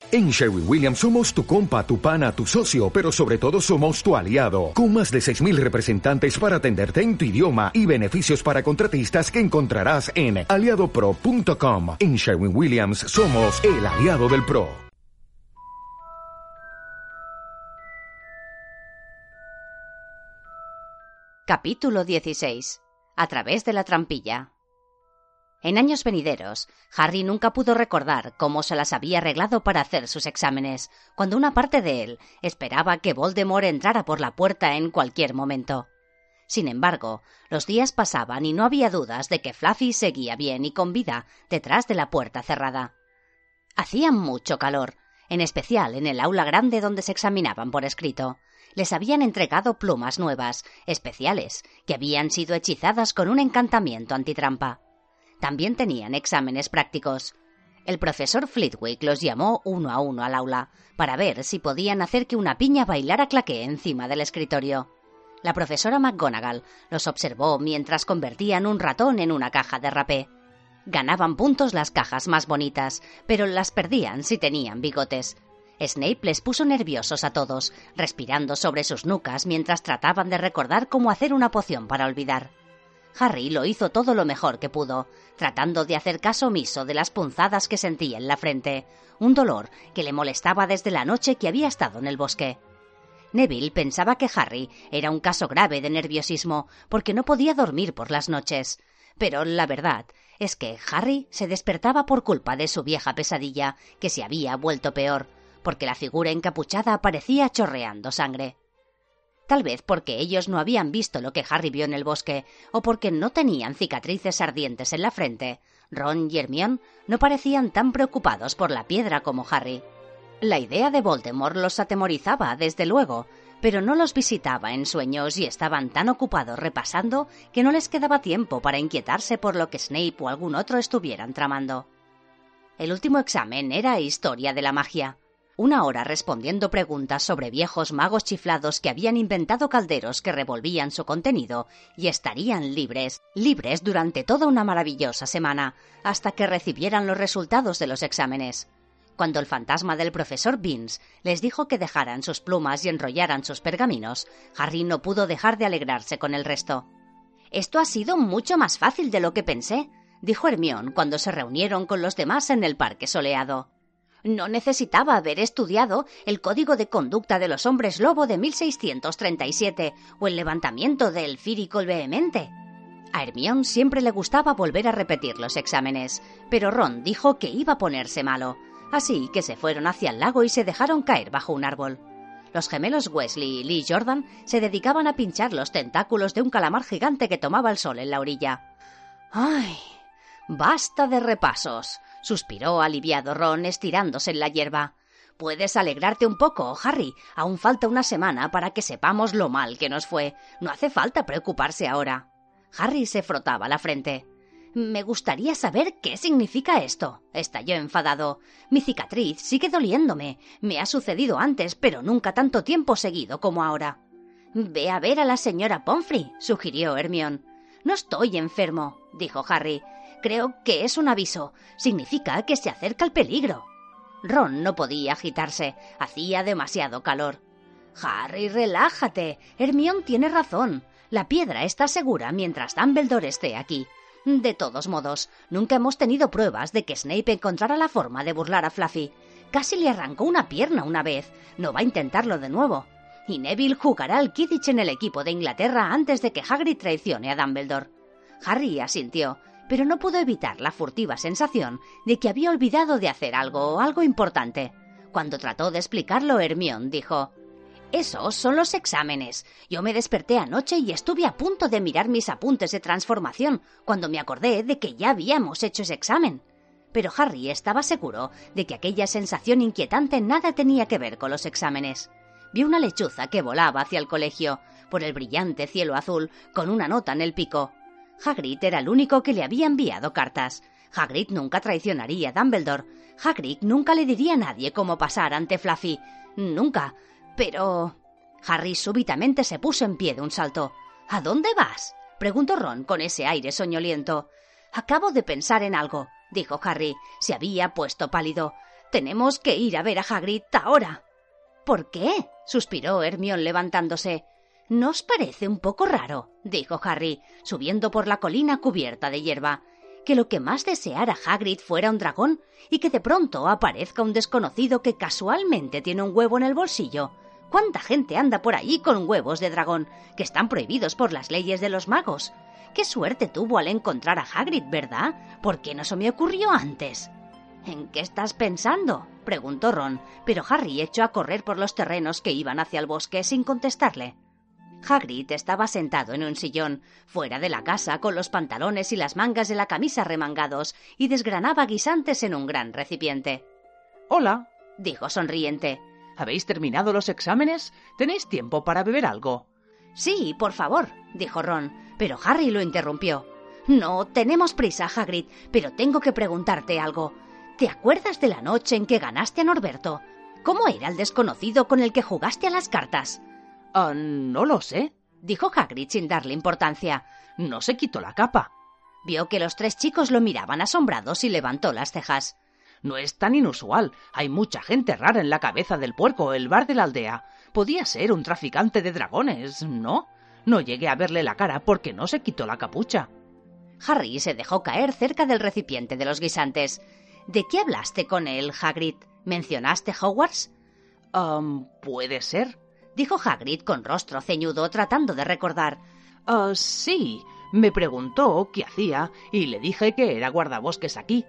En Sherwin-Williams somos tu compa, tu pana, tu socio, pero sobre todo somos tu aliado, con más de 6,000 representantes para atenderte en tu idioma y beneficios para contratistas que encontrarás en aliadopro.com. En Sherwin-Williams somos el aliado del pro. Capítulo 16. A través de la trampilla. En años venideros, Harry nunca pudo recordar cómo se las había arreglado para hacer sus exámenes, cuando una parte de él esperaba que Voldemort entrara por la puerta en cualquier momento. Sin embargo, los días pasaban y no había dudas de que Fluffy seguía bien y con vida detrás de la puerta cerrada. Hacía mucho calor, en especial en el aula grande donde se examinaban por escrito. Les habían entregado plumas nuevas, especiales, que habían sido hechizadas con un encantamiento antitrampa. También tenían exámenes prácticos. El profesor Flitwick los llamó uno a uno al aula, para ver si podían hacer que una piña bailara claqué encima del escritorio. La profesora McGonagall los observó mientras convertían un ratón en una caja de rapé. Ganaban puntos las cajas más bonitas, pero las perdían si tenían bigotes. Snape les puso nerviosos a todos, respirando sobre sus nucas mientras trataban de recordar cómo hacer una poción para olvidar. Harry lo hizo todo lo mejor que pudo, tratando de hacer caso omiso de las punzadas que sentía en la frente, un dolor que le molestaba desde la noche que había estado en el bosque. Neville pensaba que Harry era un caso grave de nerviosismo porque no podía dormir por las noches, pero la verdad es que Harry se despertaba por culpa de su vieja pesadilla, que se había vuelto peor, porque la figura encapuchada aparecía chorreando sangre. Tal vez porque ellos no habían visto lo que Harry vio en el bosque, o porque no tenían cicatrices ardientes en la frente, Ron y Hermione no parecían tan preocupados por la piedra como Harry. La idea de Voldemort los atemorizaba, desde luego, pero no los visitaba en sueños y estaban tan ocupados repasando que no les quedaba tiempo para inquietarse por lo que Snape o algún otro estuvieran tramando. El último examen era Historia de la Magia. 1 hora respondiendo preguntas sobre viejos magos chiflados que habían inventado calderos que revolvían su contenido y estarían libres durante toda una maravillosa semana, hasta que recibieran los resultados de los exámenes. Cuando el fantasma del profesor Binns les dijo que dejaran sus plumas y enrollaran sus pergaminos, Harry no pudo dejar de alegrarse con el resto. «Esto ha sido mucho más fácil de lo que pensé», dijo Hermione cuando se reunieron con los demás en el parque soleado. «No necesitaba haber estudiado el Código de Conducta de los Hombres Lobo de 1637 o el levantamiento del Fíricol Vehemente». A Hermione siempre le gustaba volver a repetir los exámenes, pero Ron dijo que iba a ponerse malo, así que se fueron hacia el lago y se dejaron caer bajo un árbol. Los gemelos Weasley y Lee Jordan se dedicaban a pinchar los tentáculos de un calamar gigante que tomaba el sol en la orilla. «¡Ay! Basta de repasos», suspiró aliviado Ron estirándose en la hierba. «Puedes alegrarte un poco, Harry. Aún falta una semana para que sepamos lo mal que nos fue. No hace falta preocuparse ahora». Harry se frotaba la frente. «Me gustaría saber qué significa esto», estalló enfadado. «Mi cicatriz sigue doliéndome. Me ha sucedido antes, pero nunca tanto tiempo seguido como ahora». «Ve a ver a la señora Pomfrey», sugirió Hermione. «No estoy enfermo», dijo Harry. «Creo que es un aviso. Significa que se acerca el peligro». Ron no podía agitarse. Hacía demasiado calor. «Harry, relájate. Hermione tiene razón. La piedra está segura mientras Dumbledore esté aquí. De todos modos, nunca hemos tenido pruebas de que Snape encontrara la forma de burlar a Fluffy. Casi le arrancó una pierna una vez. No va a intentarlo de nuevo. Y Neville jugará al Quidditch en el equipo de Inglaterra antes de que Hagrid traicione a Dumbledore». Harry asintió, pero no pudo evitar la furtiva sensación de que había olvidado de hacer algo importante. Cuando trató de explicarlo, Hermione dijo: «Esos son los exámenes. Yo me desperté anoche y estuve a punto de mirar mis apuntes de transformación cuando me acordé de que ya habíamos hecho ese examen». Pero Harry estaba seguro de que aquella sensación inquietante nada tenía que ver con los exámenes. Vio una lechuza que volaba hacia el colegio, por el brillante cielo azul, con una nota en el pico. Hagrid era el único que le había enviado cartas. Hagrid nunca traicionaría a Dumbledore. Hagrid nunca le diría a nadie cómo pasar ante Fluffy. Nunca. Pero... Harry súbitamente se puso en pie de un salto. «¿A dónde vas?», preguntó Ron con ese aire soñoliento. «Acabo de pensar en algo», dijo Harry. Se había puesto pálido. Tenemos que ir a ver a Hagrid ahora. ¿Por qué?, suspiró Hermione levantándose. ¿No os parece un poco raro?, dijo Harry, subiendo por la colina cubierta de hierba, que lo que más deseara Hagrid fuera un dragón y que de pronto aparezca un desconocido que casualmente tiene un huevo en el bolsillo? ¿Cuánta gente anda por ahí con huevos de dragón, que están prohibidos por las leyes de los magos? ¡Qué suerte tuvo al encontrar a Hagrid!, ¿verdad? ¿Por qué no se me ocurrió antes? ¿En qué estás pensando?, preguntó Ron, pero Harry echó a correr por los terrenos que iban hacia el bosque sin contestarle. Hagrid estaba sentado en un sillón, fuera de la casa, con los pantalones y las mangas de la camisa remangados, y desgranaba guisantes en un gran recipiente. «Hola», dijo sonriente. «¿Habéis terminado los exámenes? ¿Tenéis tiempo para beber algo?» «Sí, por favor», dijo Ron, pero Harry lo interrumpió. «No, tenemos prisa, Hagrid, pero tengo que preguntarte algo. ¿Te acuerdas de la noche en que ganaste a Norberto? ¿Cómo era el desconocido con el que jugaste a las cartas?» No lo sé», dijo Hagrid sin darle importancia. «No se quitó la capa». Vio que los 3 chicos lo miraban asombrados y levantó las cejas. «No es tan inusual. Hay mucha gente rara en la cabeza del puerco, el bar de la aldea. Podía ser un traficante de dragones, ¿no? No llegué a verle la cara porque no se quitó la capucha». Harry se dejó caer cerca del recipiente de los guisantes. ¿De qué hablaste con él, Hagrid? ¿Mencionaste Hogwarts? Puede ser, dijo Hagrid con rostro ceñudo, tratando de recordar. Sí, me preguntó qué hacía y le dije que era guardabosques aquí.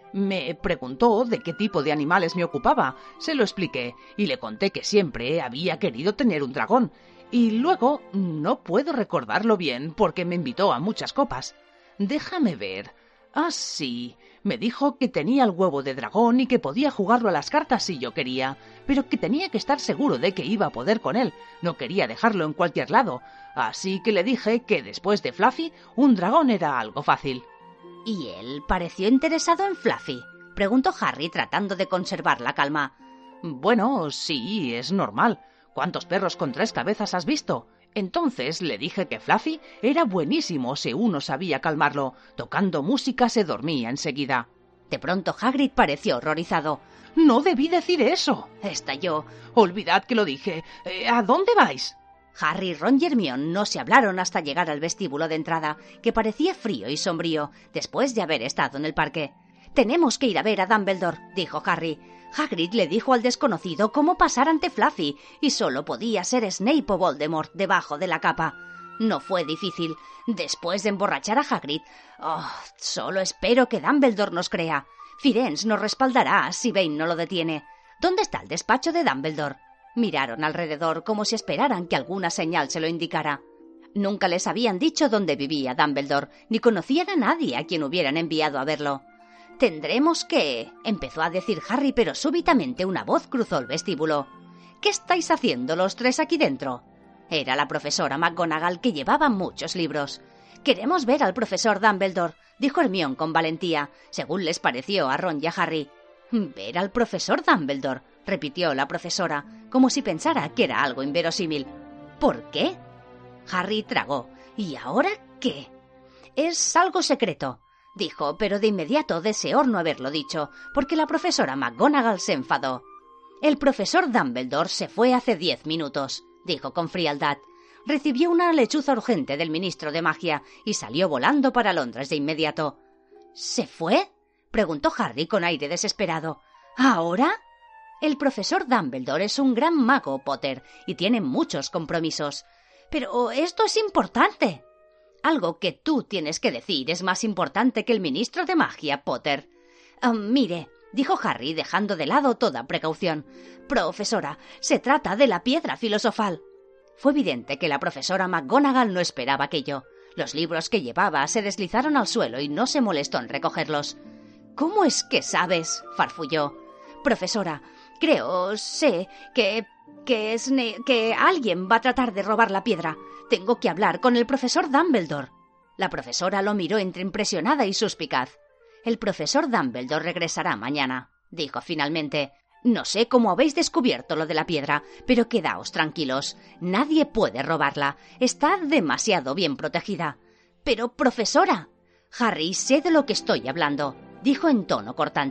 Me preguntó de qué tipo de animales me ocupaba, se lo expliqué y le conté que siempre había querido tener un dragón. Y luego no puedo recordarlo bien porque me invitó a muchas copas. Déjame ver. Sí, me dijo que tenía el huevo de dragón y que podía jugarlo a las cartas si yo quería, pero que tenía que estar seguro de que iba a poder con él. No quería dejarlo en cualquier lado, así que le dije que después de Fluffy, un dragón era algo fácil. ¿Y él pareció interesado en Fluffy?, preguntó Harry tratando de conservar la calma. Bueno, sí, es normal. ¿Cuántos perros con 3 cabezas has visto? Entonces le dije que Fluffy era buenísimo si uno sabía calmarlo. Tocando música se dormía enseguida. De pronto Hagrid pareció horrorizado. «No debí decir eso», estalló. «Olvidad que lo dije. ¿A dónde vais?» Harry, Ron y Hermione no se hablaron hasta llegar al vestíbulo de entrada, que parecía frío y sombrío, después de haber estado en el parque. «Tenemos que ir a ver a Dumbledore», dijo Harry. Hagrid le dijo al desconocido cómo pasar ante Fluffy, y solo podía ser Snape o Voldemort debajo de la capa. No fue difícil. Después de emborrachar a Hagrid... solo espero que Dumbledore nos crea. Firenze nos respaldará si Bane no lo detiene. ¿Dónde está el despacho de Dumbledore? Miraron alrededor como si esperaran que alguna señal se lo indicara. Nunca les habían dicho dónde vivía Dumbledore, ni conocían a nadie a quien hubieran enviado a verlo. «Tendremos que...», empezó a decir Harry, pero súbitamente una voz cruzó el vestíbulo. «¿Qué estáis haciendo los 3 aquí dentro?». Era la profesora McGonagall, que llevaba muchos libros. «Queremos ver al profesor Dumbledore», dijo Hermione con valentía, según les pareció a Ron y a Harry. «¿Ver al profesor Dumbledore?», repitió la profesora, como si pensara que era algo inverosímil. «¿Por qué?». Harry tragó. «¿Y ahora qué?». «Es algo secreto», dijo, pero de inmediato deseó no haberlo dicho, porque la profesora McGonagall se enfadó. «El profesor Dumbledore se fue hace 10 minutos», dijo con frialdad. «Recibió una lechuza urgente del ministro de magia y salió volando para Londres de inmediato». «¿Se fue?», preguntó Harry con aire desesperado. «¿Ahora?». «El profesor Dumbledore es un gran mago, Potter, y tiene muchos compromisos». «Pero esto es importante». «Algo que tú tienes que decir es más importante que el ministro de magia, Potter». «Mire», dijo Harry, dejando de lado toda precaución. «Profesora, se trata de la piedra filosofal». Fue evidente que la profesora McGonagall no esperaba aquello. Los libros que llevaba se deslizaron al suelo y no se molestó en recogerlos. «¿Cómo es que sabes?», farfulló. «Profesora, sé que alguien va a tratar de robar la piedra. Tengo que hablar con el profesor Dumbledore». La profesora lo miró entre impresionada y suspicaz. «El profesor Dumbledore regresará mañana», dijo finalmente. «No sé cómo habéis descubierto lo de la piedra, pero quedaos tranquilos. Nadie puede robarla. Está demasiado bien protegida». «Pero, profesora». «Harry, sé de lo que estoy hablando», dijo en tono cortante.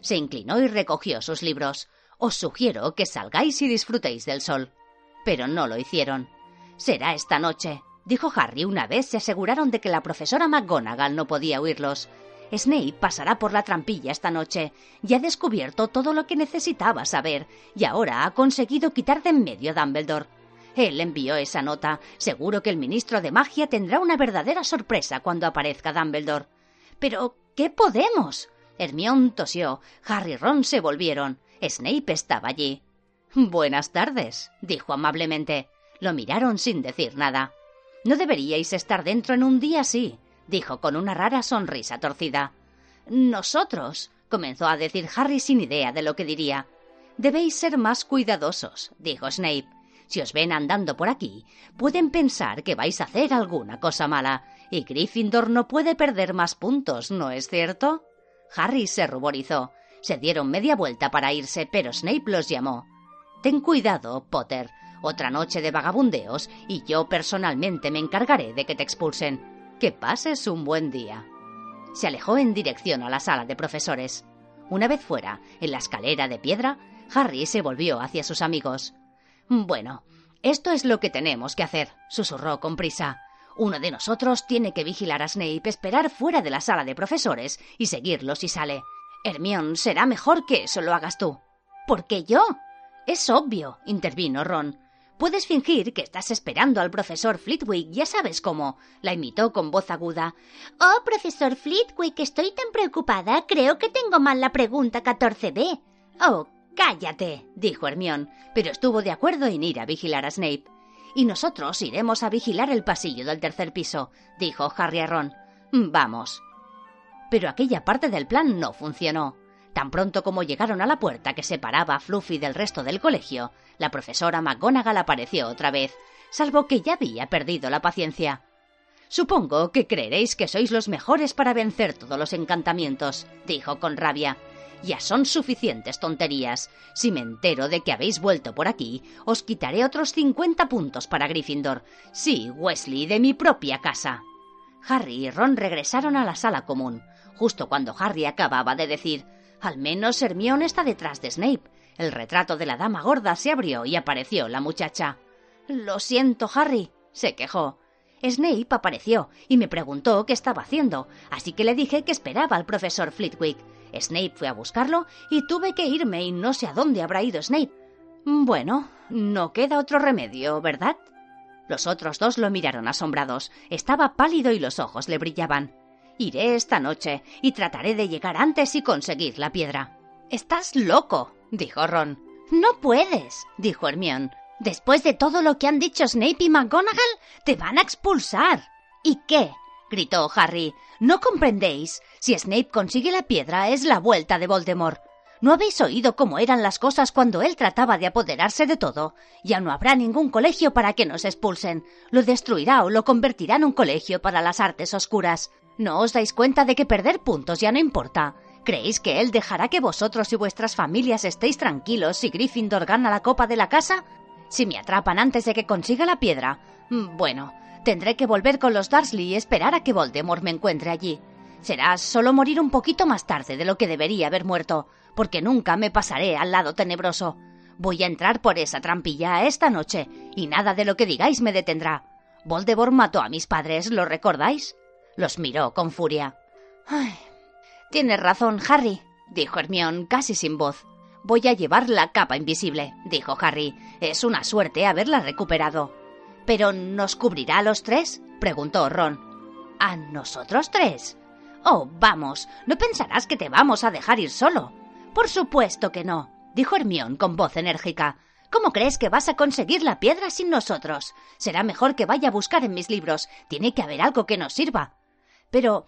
Se inclinó y recogió sus libros. Os sugiero que salgáis y disfrutéis del sol. Pero no lo hicieron. Será esta noche, dijo Harry una vez se aseguraron de que la profesora McGonagall no podía oírlos. Snape pasará por la trampilla esta noche. Ya ha descubierto todo lo que necesitaba saber y ahora ha conseguido quitar de en medio a Dumbledore. Él envió esa nota. Seguro que el ministro de magia tendrá una verdadera sorpresa cuando aparezca Dumbledore. «¿Pero qué podemos?» Hermione tosió. Harry y Ron se volvieron. Snape estaba allí. «Buenas tardes», dijo amablemente. Lo miraron sin decir nada. «No deberíais estar dentro en un día así», dijo con una rara sonrisa torcida. «Nosotros», comenzó a decir Harry sin idea de lo que diría. «Debéis ser más cuidadosos», dijo Snape. «Si os ven andando por aquí, pueden pensar que vais a hacer alguna cosa mala, y Gryffindor no puede perder más puntos, ¿no es cierto?» Harry se ruborizó. Se dieron media vuelta para irse, pero Snape los llamó. «Ten cuidado, Potter. Otra noche de vagabundeos y yo personalmente me encargaré de que te expulsen. Que pases un buen día». Se alejó en dirección a la sala de profesores. Una vez fuera, en la escalera de piedra, Harry se volvió hacia sus amigos. «Bueno, esto es lo que tenemos que hacer», susurró con prisa. «Uno de nosotros tiene que vigilar a Snape, esperar fuera de la sala de profesores y seguirlo si sale. Hermione, será mejor que eso lo hagas tú». «¿Por qué yo?» «Es obvio», intervino Ron. «Puedes fingir que estás esperando al profesor Flitwick, ya sabes cómo», la imitó con voz aguda. «Oh, profesor Flitwick, estoy tan preocupada, creo que tengo mal la pregunta 14B». «Oh, cállate», dijo Hermione, pero estuvo de acuerdo en ir a vigilar a Snape. «Y nosotros iremos a vigilar el pasillo del tercer piso», dijo Harry a Ron. «Vamos». Pero aquella parte del plan no funcionó. Tan pronto como llegaron a la puerta que separaba a Fluffy del resto del colegio, la profesora McGonagall apareció otra vez, salvo que ya había perdido la paciencia. «Supongo que creeréis que sois los mejores para vencer todos los encantamientos», dijo con rabia. «Ya son suficientes tonterías. Si me entero de que habéis vuelto por aquí, os quitaré otros 50 puntos para Gryffindor. Sí, Weasley, de mi propia casa». Harry y Ron regresaron a la sala común, justo cuando Harry acababa de decir: «Al menos Hermione está detrás de Snape». El retrato de la dama gorda se abrió y apareció la muchacha. «Lo siento, Harry», se quejó. Snape apareció y me preguntó qué estaba haciendo, así que le dije que esperaba al profesor Flitwick. Snape fue a buscarlo y tuve que irme y no sé a dónde habrá ido Snape. Bueno, no queda otro remedio, ¿verdad? Los otros dos lo miraron asombrados. Estaba pálido y los ojos le brillaban. «Iré esta noche y trataré de llegar antes y conseguir la piedra». «Estás loco», dijo Ron. «No puedes», dijo Hermione. «Después de todo lo que han dicho Snape y McGonagall, te van a expulsar». «¿Y qué?», gritó Harry. «¿No comprendéis? Si Snape consigue la piedra es la vuelta de Voldemort. ¿No habéis oído cómo eran las cosas cuando él trataba de apoderarse de todo? Ya no habrá ningún colegio para que nos expulsen. Lo destruirá o lo convertirá en un colegio para las artes oscuras. ¿No os dais cuenta de que perder puntos ya no importa? ¿Creéis que él dejará que vosotros y vuestras familias estéis tranquilos si Gryffindor gana la copa de la casa? Si me atrapan antes de que consiga la piedra, bueno, tendré que volver con los Dursley y esperar a que Voldemort me encuentre allí. Será solo morir un poquito más tarde de lo que debería haber muerto, porque nunca me pasaré al lado tenebroso. Voy a entrar por esa trampilla esta noche, y nada de lo que digáis me detendrá. Voldemort mató a mis padres, ¿lo recordáis?» Los miró con furia. «Ay, tienes razón, Harry», dijo Hermione casi sin voz. «Voy a llevar la capa invisible», dijo Harry. «Es una suerte haberla recuperado». «¿Pero nos cubrirá a los tres?», preguntó Ron. «¿A nosotros tres? Oh, vamos, no pensarás que te vamos a dejar ir solo». «Por supuesto que no», dijo Hermione con voz enérgica. «¿Cómo crees que vas a conseguir la piedra sin nosotros? Será mejor que vaya a buscar en mis libros. Tiene que haber algo que nos sirva». Pero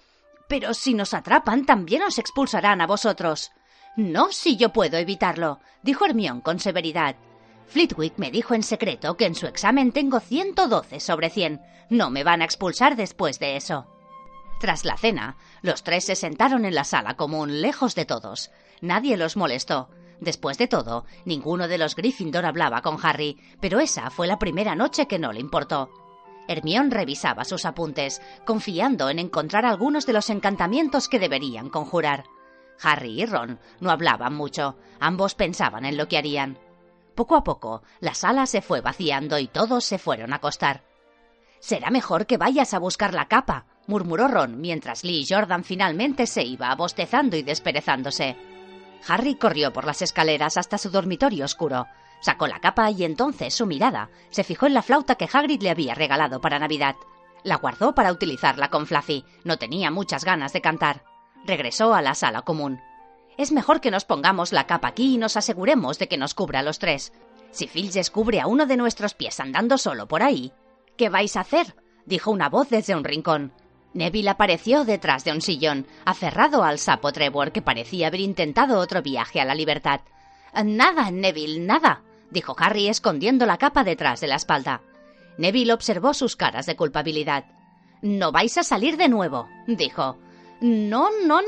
si nos atrapan, también os expulsarán a vosotros». «No, si yo puedo evitarlo», dijo Hermione con severidad. «Flitwick me dijo en secreto que en su examen tengo 112 sobre 100. No me van a expulsar después de eso». Tras la cena, los tres se sentaron en la sala común, lejos de todos. Nadie los molestó. Después de todo, ninguno de los Gryffindor hablaba con Harry, pero esa fue la primera noche que no le importó. Hermione revisaba sus apuntes, confiando en encontrar algunos de los encantamientos que deberían conjurar. Harry y Ron no hablaban mucho, ambos pensaban en lo que harían. Poco a poco, la sala se fue vaciando y todos se fueron a acostar. «Será mejor que vayas a buscar la capa», murmuró Ron mientras Lee Jordan finalmente se iba, bostezando y desperezándose. Harry corrió por las escaleras hasta su dormitorio oscuro. Sacó la capa y entonces su mirada se fijó en la flauta que Hagrid le había regalado para Navidad. La guardó para utilizarla con Fluffy. No tenía muchas ganas de cantar. Regresó a la sala común. «Es mejor que nos pongamos la capa aquí y nos aseguremos de que nos cubra a los tres. Si Filch descubre a uno de nuestros pies andando solo por ahí...» «¿Qué vais a hacer?», dijo una voz desde un rincón. Neville apareció detrás de un sillón, aferrado al sapo Trevor, que parecía haber intentado otro viaje a la libertad. «Nada, Neville, nada», dijo Harry escondiendo la capa detrás de la espalda. Neville observó sus caras de culpabilidad. «No vais a salir de nuevo», dijo. «No,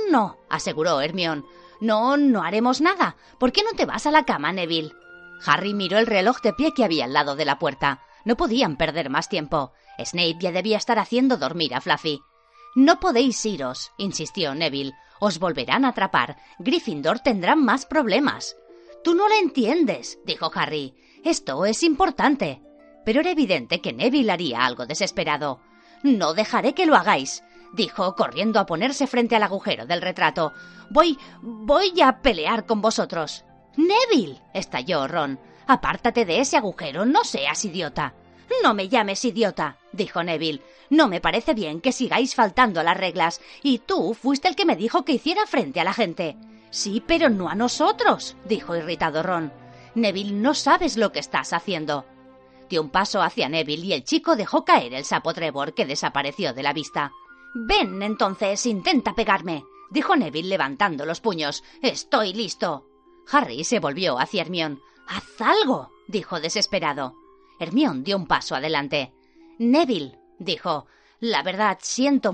aseguró Hermione. No haremos nada. ¿Por qué no te vas a la cama, Neville?» Harry miró el reloj de pie que había al lado de la puerta. No podían perder más tiempo. Snape ya debía estar haciendo dormir a Fluffy. «No podéis iros», insistió Neville. «Os volverán a atrapar. Gryffindor tendrá más problemas». «Tú no lo entiendes», dijo Harry. «Esto es importante». Pero era evidente que Neville haría algo desesperado. «No dejaré que lo hagáis», dijo, corriendo a ponerse frente al agujero del retrato. Voy a pelear con vosotros». «¡Neville!», estalló Ron. «Apártate de ese agujero, no seas idiota». «No me llames idiota», dijo Neville. «No me parece bien que sigáis faltando a las reglas, y tú fuiste el que me dijo que hiciera frente a la gente». «Sí, pero no a nosotros», dijo irritado Ron. «Neville, no sabes lo que estás haciendo». Dio un paso hacia Neville y el chico dejó caer el sapo Trevor, que desapareció de la vista. «Ven, entonces, intenta pegarme», dijo Neville levantando los puños. «Estoy listo». Harry se volvió hacia Hermione. «¡Haz algo!», dijo desesperado. Hermione dio un paso adelante. «Neville», dijo. «La verdad, siento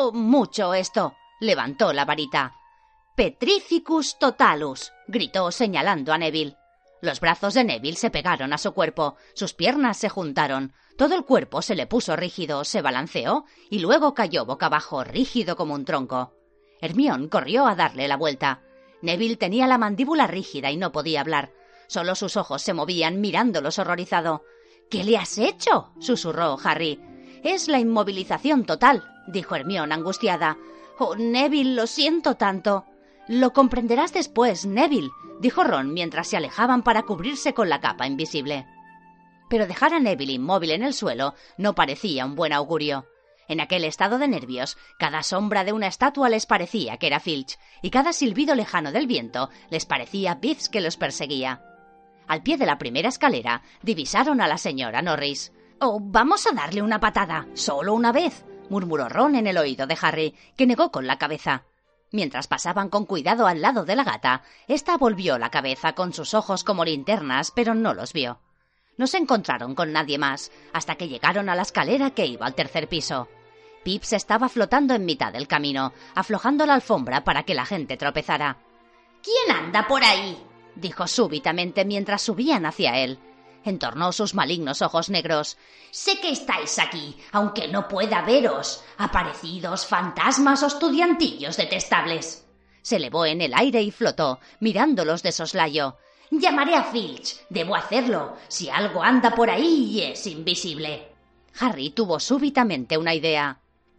mucho esto». Levantó la varita. «Petrificus totalus», gritó señalando a Neville. Los brazos de Neville se pegaron a su cuerpo, sus piernas se juntaron, todo el cuerpo se le puso rígido, se balanceó y luego cayó boca abajo, rígido como un tronco. Hermione corrió a darle la vuelta. Neville tenía la mandíbula rígida y no podía hablar. Solo sus ojos se movían mirándolos horrorizado. «¿Qué le has hecho?», susurró Harry. «Es la inmovilización total», dijo Hermione angustiada. «Oh, Neville, lo siento tanto». «Lo comprenderás después, Neville», dijo Ron mientras se alejaban para cubrirse con la capa invisible. Pero dejar a Neville inmóvil en el suelo no parecía un buen augurio. En aquel estado de nervios, cada sombra de una estatua les parecía que era Filch, y cada silbido lejano del viento les parecía Biffs que los perseguía. Al pie de la primera escalera divisaron a la señora Norris. «Oh, vamos a darle una patada, solo una vez», murmuró Ron en el oído de Harry, que negó con la cabeza. Mientras pasaban con cuidado al lado de la gata, ésta volvió la cabeza con sus ojos como linternas, pero no los vio. No se encontraron con nadie más, hasta que llegaron a la escalera que iba al tercer piso. Pips estaba flotando en mitad del camino, aflojando la alfombra para que la gente tropezara. «¿Quién anda por ahí?», dijo súbitamente mientras subían hacia él. Entornó sus malignos ojos negros. «Sé que estáis aquí, aunque no pueda veros. Aparecidos, fantasmas o estudiantillos detestables». Se elevó en el aire y flotó, mirándolos de soslayo. «Llamaré a Filch. Debo hacerlo, si algo anda por ahí y es invisible». Harry tuvo súbitamente una idea.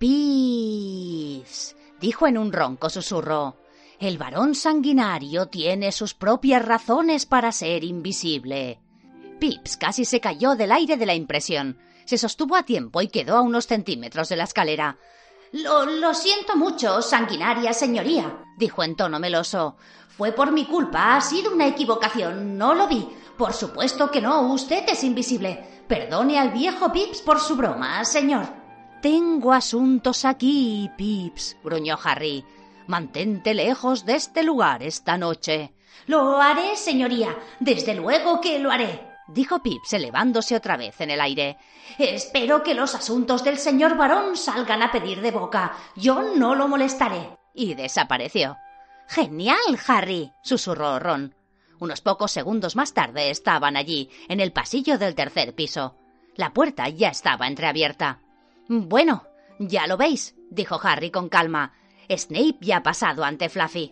«Pips», dijo en un ronco susurro. «El varón sanguinario tiene sus propias razones para ser invisible». Pips casi se cayó del aire de la impresión. Se sostuvo a tiempo y quedó a unos centímetros de la escalera. Lo siento mucho, sanguinaria señoría», dijo en tono meloso. «Fue por mi culpa, ha sido una equivocación, no lo vi. Por supuesto que no, usted es invisible. Perdone al viejo Pips por su broma, señor». «Tengo asuntos aquí, Pips», gruñó Harry. «Mantente lejos de este lugar esta noche». «Lo haré, señoría, desde luego que lo haré», dijo Pips elevándose otra vez en el aire. «Espero que los asuntos del señor barón salgan a pedir de boca. Yo no lo molestaré». Y desapareció. «Genial, Harry», susurró Ron. Unos pocos segundos más tarde estaban allí, en el pasillo del tercer piso. La puerta ya estaba entreabierta. «Bueno, ya lo veis», dijo Harry con calma. «Snape ya ha pasado ante Fluffy».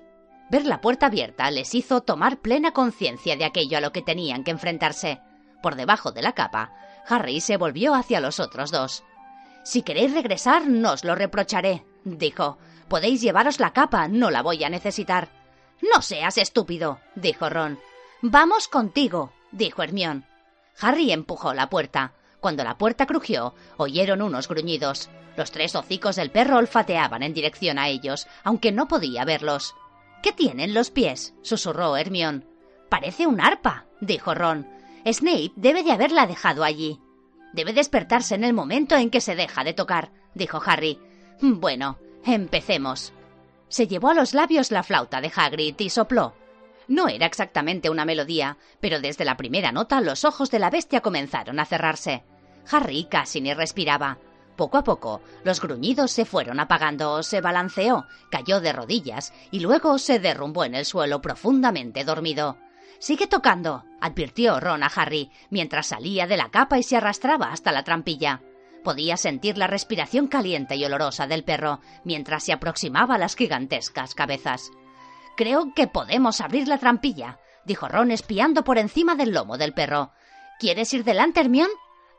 Ver la puerta abierta les hizo tomar plena conciencia de aquello a lo que tenían que enfrentarse. Por debajo de la capa, Harry se volvió hacia los otros dos. «Si queréis regresar, no os lo reprocharé», dijo. «Podéis llevaros la capa, no la voy a necesitar». «No seas estúpido», dijo Ron. «Vamos contigo», dijo Hermione. Harry empujó la puerta. Cuando la puerta crujió, oyeron unos gruñidos. Los 3 hocicos del perro olfateaban en dirección a ellos, aunque no podía verlos. «¿Qué tienen los pies?», susurró Hermione. «Parece un arpa», dijo Ron. «Snape debe de haberla dejado allí». «Debe despertarse en el momento en que se deja de tocar», dijo Harry. «Bueno, empecemos». Se llevó a los labios la flauta de Hagrid y sopló. No era exactamente una melodía, pero desde la primera nota los ojos de la bestia comenzaron a cerrarse. Harry casi ni respiraba. Poco a poco, los gruñidos se fueron apagando, se balanceó, cayó de rodillas y luego se derrumbó en el suelo profundamente dormido. «Sigue tocando», advirtió Ron a Harry, mientras salía de la capa y se arrastraba hasta la trampilla. Podía sentir la respiración caliente y olorosa del perro, mientras se aproximaba a las gigantescas cabezas. «Creo que podemos abrir la trampilla», dijo Ron espiando por encima del lomo del perro. «¿Quieres ir delante, Hermione?»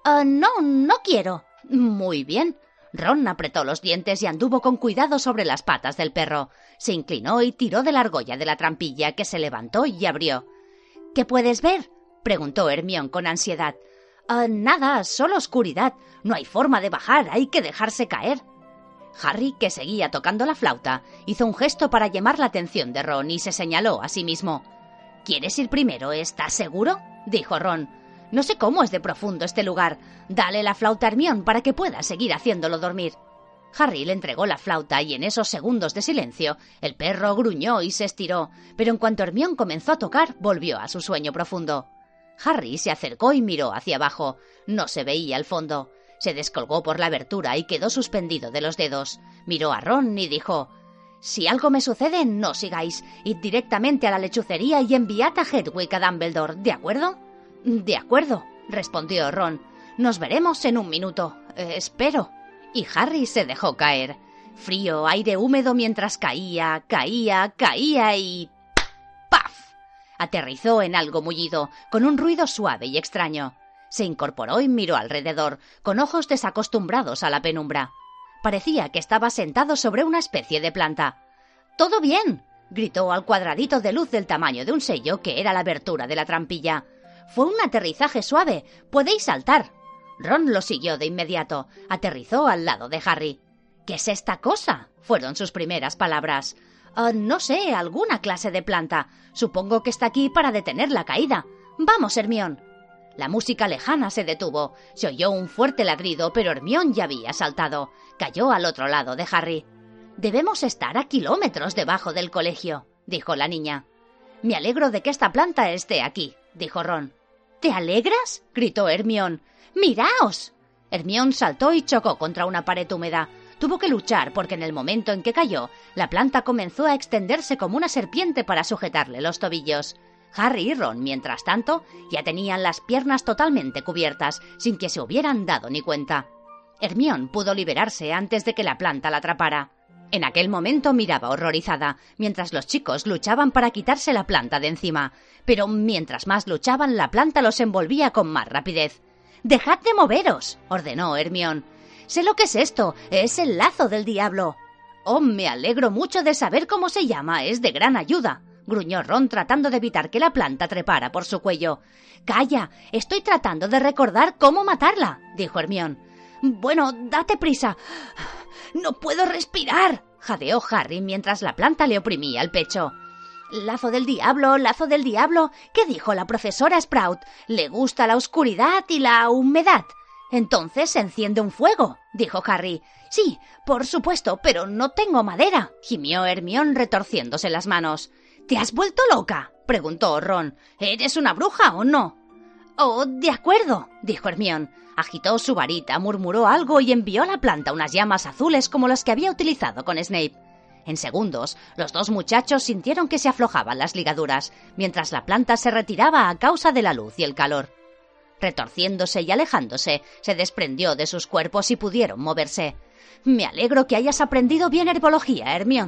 No quiero». «Muy bien». Ron apretó los dientes y anduvo con cuidado sobre las patas del perro. Se inclinó y tiró de la argolla de la trampilla, que se levantó y abrió. «¿Qué puedes ver?», preguntó Hermione con ansiedad. «Nada, solo oscuridad. No hay forma de bajar, hay que dejarse caer». Harry, que seguía tocando la flauta, hizo un gesto para llamar la atención de Ron y se señaló a sí mismo. «¿Quieres ir primero? ¿Estás seguro?», dijo Ron. «No sé cómo es de profundo este lugar. Dale la flauta a Hermione para que pueda seguir haciéndolo dormir». Harry le entregó la flauta y en esos segundos de silencio el perro gruñó y se estiró, pero en cuanto Hermione comenzó a tocar, volvió a su sueño profundo. Harry se acercó y miró hacia abajo. No se veía el fondo. Se descolgó por la abertura y quedó suspendido de los dedos. Miró a Ron y dijo: «Si algo me sucede, no sigáis. Id directamente a la lechucería y enviad a Hedwig a Dumbledore, ¿de acuerdo?» «De acuerdo», respondió Ron. «Nos veremos en un minuto. Espero». Y Harry se dejó caer. Frío, aire húmedo mientras caía y... ¡paf! Aterrizó en algo mullido, con un ruido suave y extraño. Se incorporó y miró alrededor, con ojos desacostumbrados a la penumbra. Parecía que estaba sentado sobre una especie de planta. «¡Todo bien!», gritó al cuadradito de luz del tamaño de un sello que era la abertura de la trampilla. «Fue un aterrizaje suave. Podéis saltar». Ron lo siguió de inmediato. Aterrizó al lado de Harry. «¿Qué es esta cosa?», fueron sus primeras palabras. No sé, alguna clase de planta. Supongo que está aquí para detener la caída. Vamos, Hermione». La música lejana se detuvo. Se oyó un fuerte ladrido, pero Hermione ya había saltado. Cayó al otro lado de Harry. «Debemos estar a kilómetros debajo del colegio», dijo la niña. «Me alegro de que esta planta esté aquí», dijo Ron. «¿Te alegras?», gritó Hermione. «¡Miraos!». Hermione saltó y chocó contra una pared húmeda. Tuvo que luchar porque en el momento en que cayó, la planta comenzó a extenderse como una serpiente para sujetarle los tobillos. Harry y Ron, mientras tanto, ya tenían las piernas totalmente cubiertas, sin que se hubieran dado ni cuenta. Hermione pudo liberarse antes de que la planta la atrapara. En aquel momento miraba horrorizada, mientras los chicos luchaban para quitarse la planta de encima. Pero mientras más luchaban, la planta los envolvía con más rapidez. «¡Dejad de moveros!», ordenó Hermione. «Sé lo que es esto, es el lazo del diablo». «Oh, me alegro mucho de saber cómo se llama, es de gran ayuda», gruñó Ron tratando de evitar que la planta trepara por su cuello. «Calla, estoy tratando de recordar cómo matarla», dijo Hermione. «Bueno, date prisa». «No puedo respirar», jadeó Harry mientras la planta le oprimía el pecho. «Lazo del diablo, ¿qué dijo la profesora Sprout? Le gusta la oscuridad y la humedad». «Entonces enciende un fuego», dijo Harry. «Sí, por supuesto, pero no tengo madera», gimió Hermione retorciéndose las manos. «¿Te has vuelto loca?», preguntó Ron. «¿Eres una bruja o no?». «Oh, de acuerdo», dijo Hermione. Agitó su varita, murmuró algo y envió a la planta unas llamas azules como las que había utilizado con Snape. En segundos, los dos muchachos sintieron que se aflojaban las ligaduras, mientras la planta se retiraba a causa de la luz y el calor. Retorciéndose y alejándose, se desprendió de sus cuerpos y pudieron moverse. «Me alegro que hayas aprendido bien herbología, Hermione»,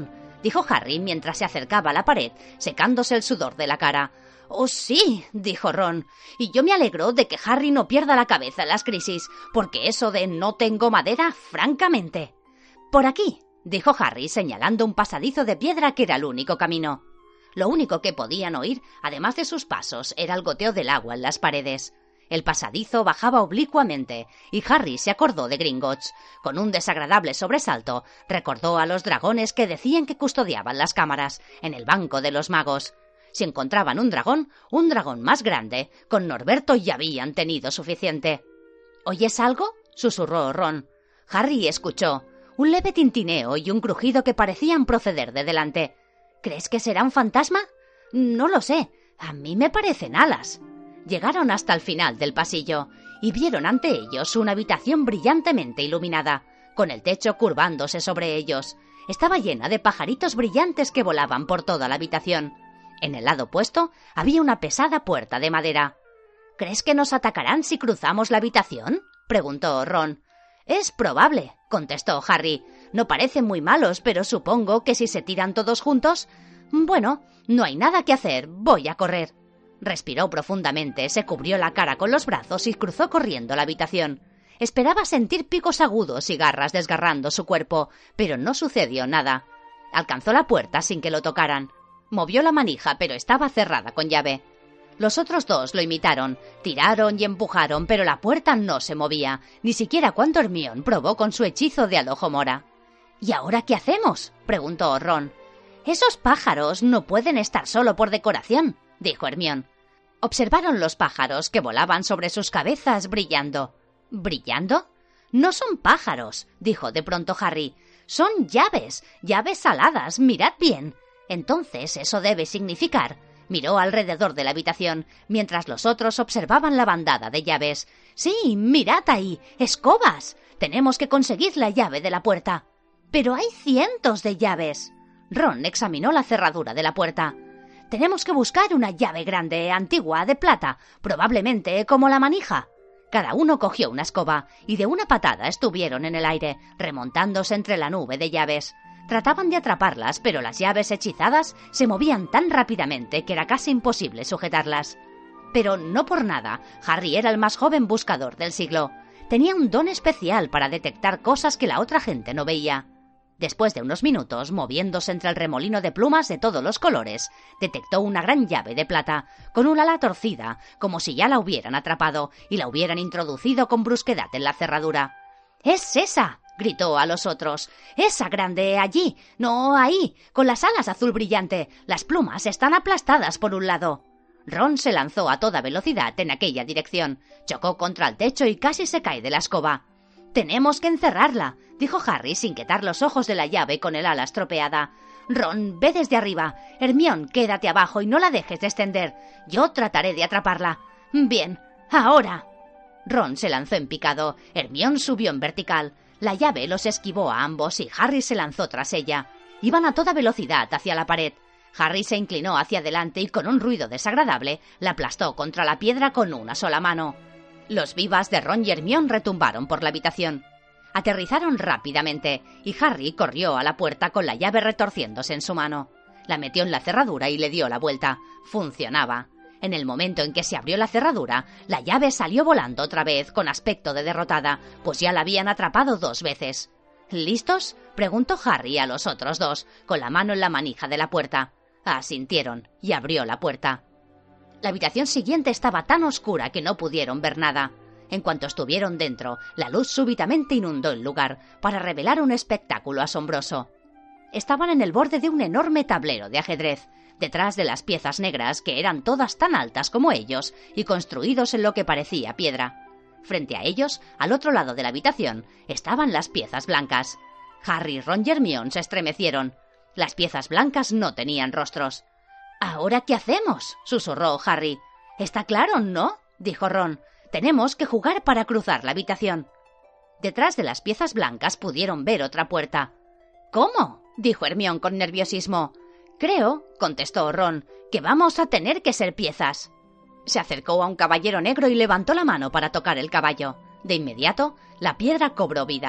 dijo Harry mientras se acercaba a la pared, secándose el sudor de la cara. «Oh, sí», dijo Ron, «y yo me alegro de que Harry no pierda la cabeza en las crisis, porque eso de no tengo madera, francamente». «Por aquí», dijo Harry señalando un pasadizo de piedra que era el único camino. Lo único que podían oír, además de sus pasos, era el goteo del agua en las paredes. El pasadizo bajaba oblicuamente, y Harry se acordó de Gringotts. Con un desagradable sobresalto, recordó a los dragones que decían que custodiaban las cámaras, en el banco de los magos. Si encontraban un dragón más grande, con Norberto ya habían tenido suficiente. «¿Oyes algo?», susurró Ron. Harry escuchó un leve tintineo y un crujido que parecían proceder de delante. «¿Crees que será un fantasma?» «No lo sé. A mí me parecen alas». Llegaron hasta el final del pasillo y vieron ante ellos una habitación brillantemente iluminada, con el techo curvándose sobre ellos. Estaba llena de pajaritos brillantes que volaban por toda la habitación. En el lado opuesto había una pesada puerta de madera. «¿Crees que nos atacarán si cruzamos la habitación?», preguntó Ron. «Es probable», contestó Harry. «No parecen muy malos, pero supongo que si se tiran todos juntos... Bueno, no hay nada que hacer, voy a correr». Respiró profundamente, se cubrió la cara con los brazos y cruzó corriendo la habitación. Esperaba sentir picos agudos y garras desgarrando su cuerpo, pero no sucedió nada. Alcanzó la puerta sin que lo tocaran. Movió la manija, pero estaba cerrada con llave. Los otros dos lo imitaron, tiraron y empujaron, pero la puerta no se movía, ni siquiera cuando Hermione probó con su hechizo de Alojomora. «¿Y ahora qué hacemos?», preguntó Ron. «Esos pájaros no pueden estar solo por decoración», dijo Hermione. Observaron los pájaros que volaban sobre sus cabezas brillando. ¿Brillando? «No son pájaros», dijo de pronto Harry. «Son llaves aladas, mirad bien. Entonces eso debe significar...» Miró alrededor de la habitación, mientras los otros observaban la bandada de llaves. «Sí, mirad ahí, escobas. Tenemos que conseguir la llave de la puerta». «Pero hay cientos de llaves». Ron examinó la cerradura de la puerta. «Tenemos que buscar una llave grande, antigua, de plata, probablemente como la manija». Cada uno cogió una escoba y de una patada estuvieron en el aire, remontándose entre la nube de llaves. Trataban de atraparlas, pero las llaves hechizadas se movían tan rápidamente que era casi imposible sujetarlas. Pero no por nada, Harry era el más joven buscador del siglo. Tenía un don especial para detectar cosas que la otra gente no veía. Después de unos minutos, moviéndose entre el remolino de plumas de todos los colores, detectó una gran llave de plata, con un ala torcida, como si ya la hubieran atrapado y la hubieran introducido con brusquedad en la cerradura. «¡Es esa!», gritó a los otros. «¡Esa grande, allí! No, ahí, con las alas azul brillante. Las plumas están aplastadas por un lado». Ron se lanzó a toda velocidad en aquella dirección. Chocó contra el techo y casi se cae de la escoba. «Tenemos que encerrarla», dijo Harry sin quitar los ojos de la llave con el ala estropeada. «Ron, ve desde arriba. Hermione, quédate abajo y no la dejes descender. Yo trataré de atraparla». «Bien, ahora». Ron se lanzó en picado. Hermione subió en vertical. La llave los esquivó a ambos y Harry se lanzó tras ella. Iban a toda velocidad hacia la pared. Harry se inclinó hacia adelante y con un ruido desagradable la aplastó contra la piedra con una sola mano. Los vivas de Ron y Hermione retumbaron por la habitación. Aterrizaron rápidamente y Harry corrió a la puerta con la llave retorciéndose en su mano. La metió en la cerradura y le dio la vuelta. Funcionaba. En el momento en que se abrió la cerradura, la llave salió volando otra vez con aspecto de derrotada, pues ya la habían atrapado 2 veces. «¿Listos?», preguntó Harry a los otros dos, con la mano en la manija de la puerta. Asintieron y abrió la puerta. La habitación siguiente estaba tan oscura que no pudieron ver nada. En cuanto estuvieron dentro, la luz súbitamente inundó el lugar para revelar un espectáculo asombroso. Estaban en el borde de un enorme tablero de ajedrez, detrás de las piezas negras que eran todas tan altas como ellos y construidos en lo que parecía piedra. Frente a ellos, al otro lado de la habitación, estaban las piezas blancas. Harry, Ron y Hermione se estremecieron. Las piezas blancas no tenían rostros. «¿Ahora qué hacemos?», susurró Harry. «Está claro, ¿no?», dijo Ron. «Tenemos que jugar para cruzar la habitación». Detrás de las piezas blancas pudieron ver otra puerta. «¿Cómo?», dijo Hermione con nerviosismo. «Creo», contestó Ron, «que vamos a tener que ser piezas». Se acercó a un caballero negro y levantó la mano para tocar el caballo. De inmediato, la piedra cobró vida.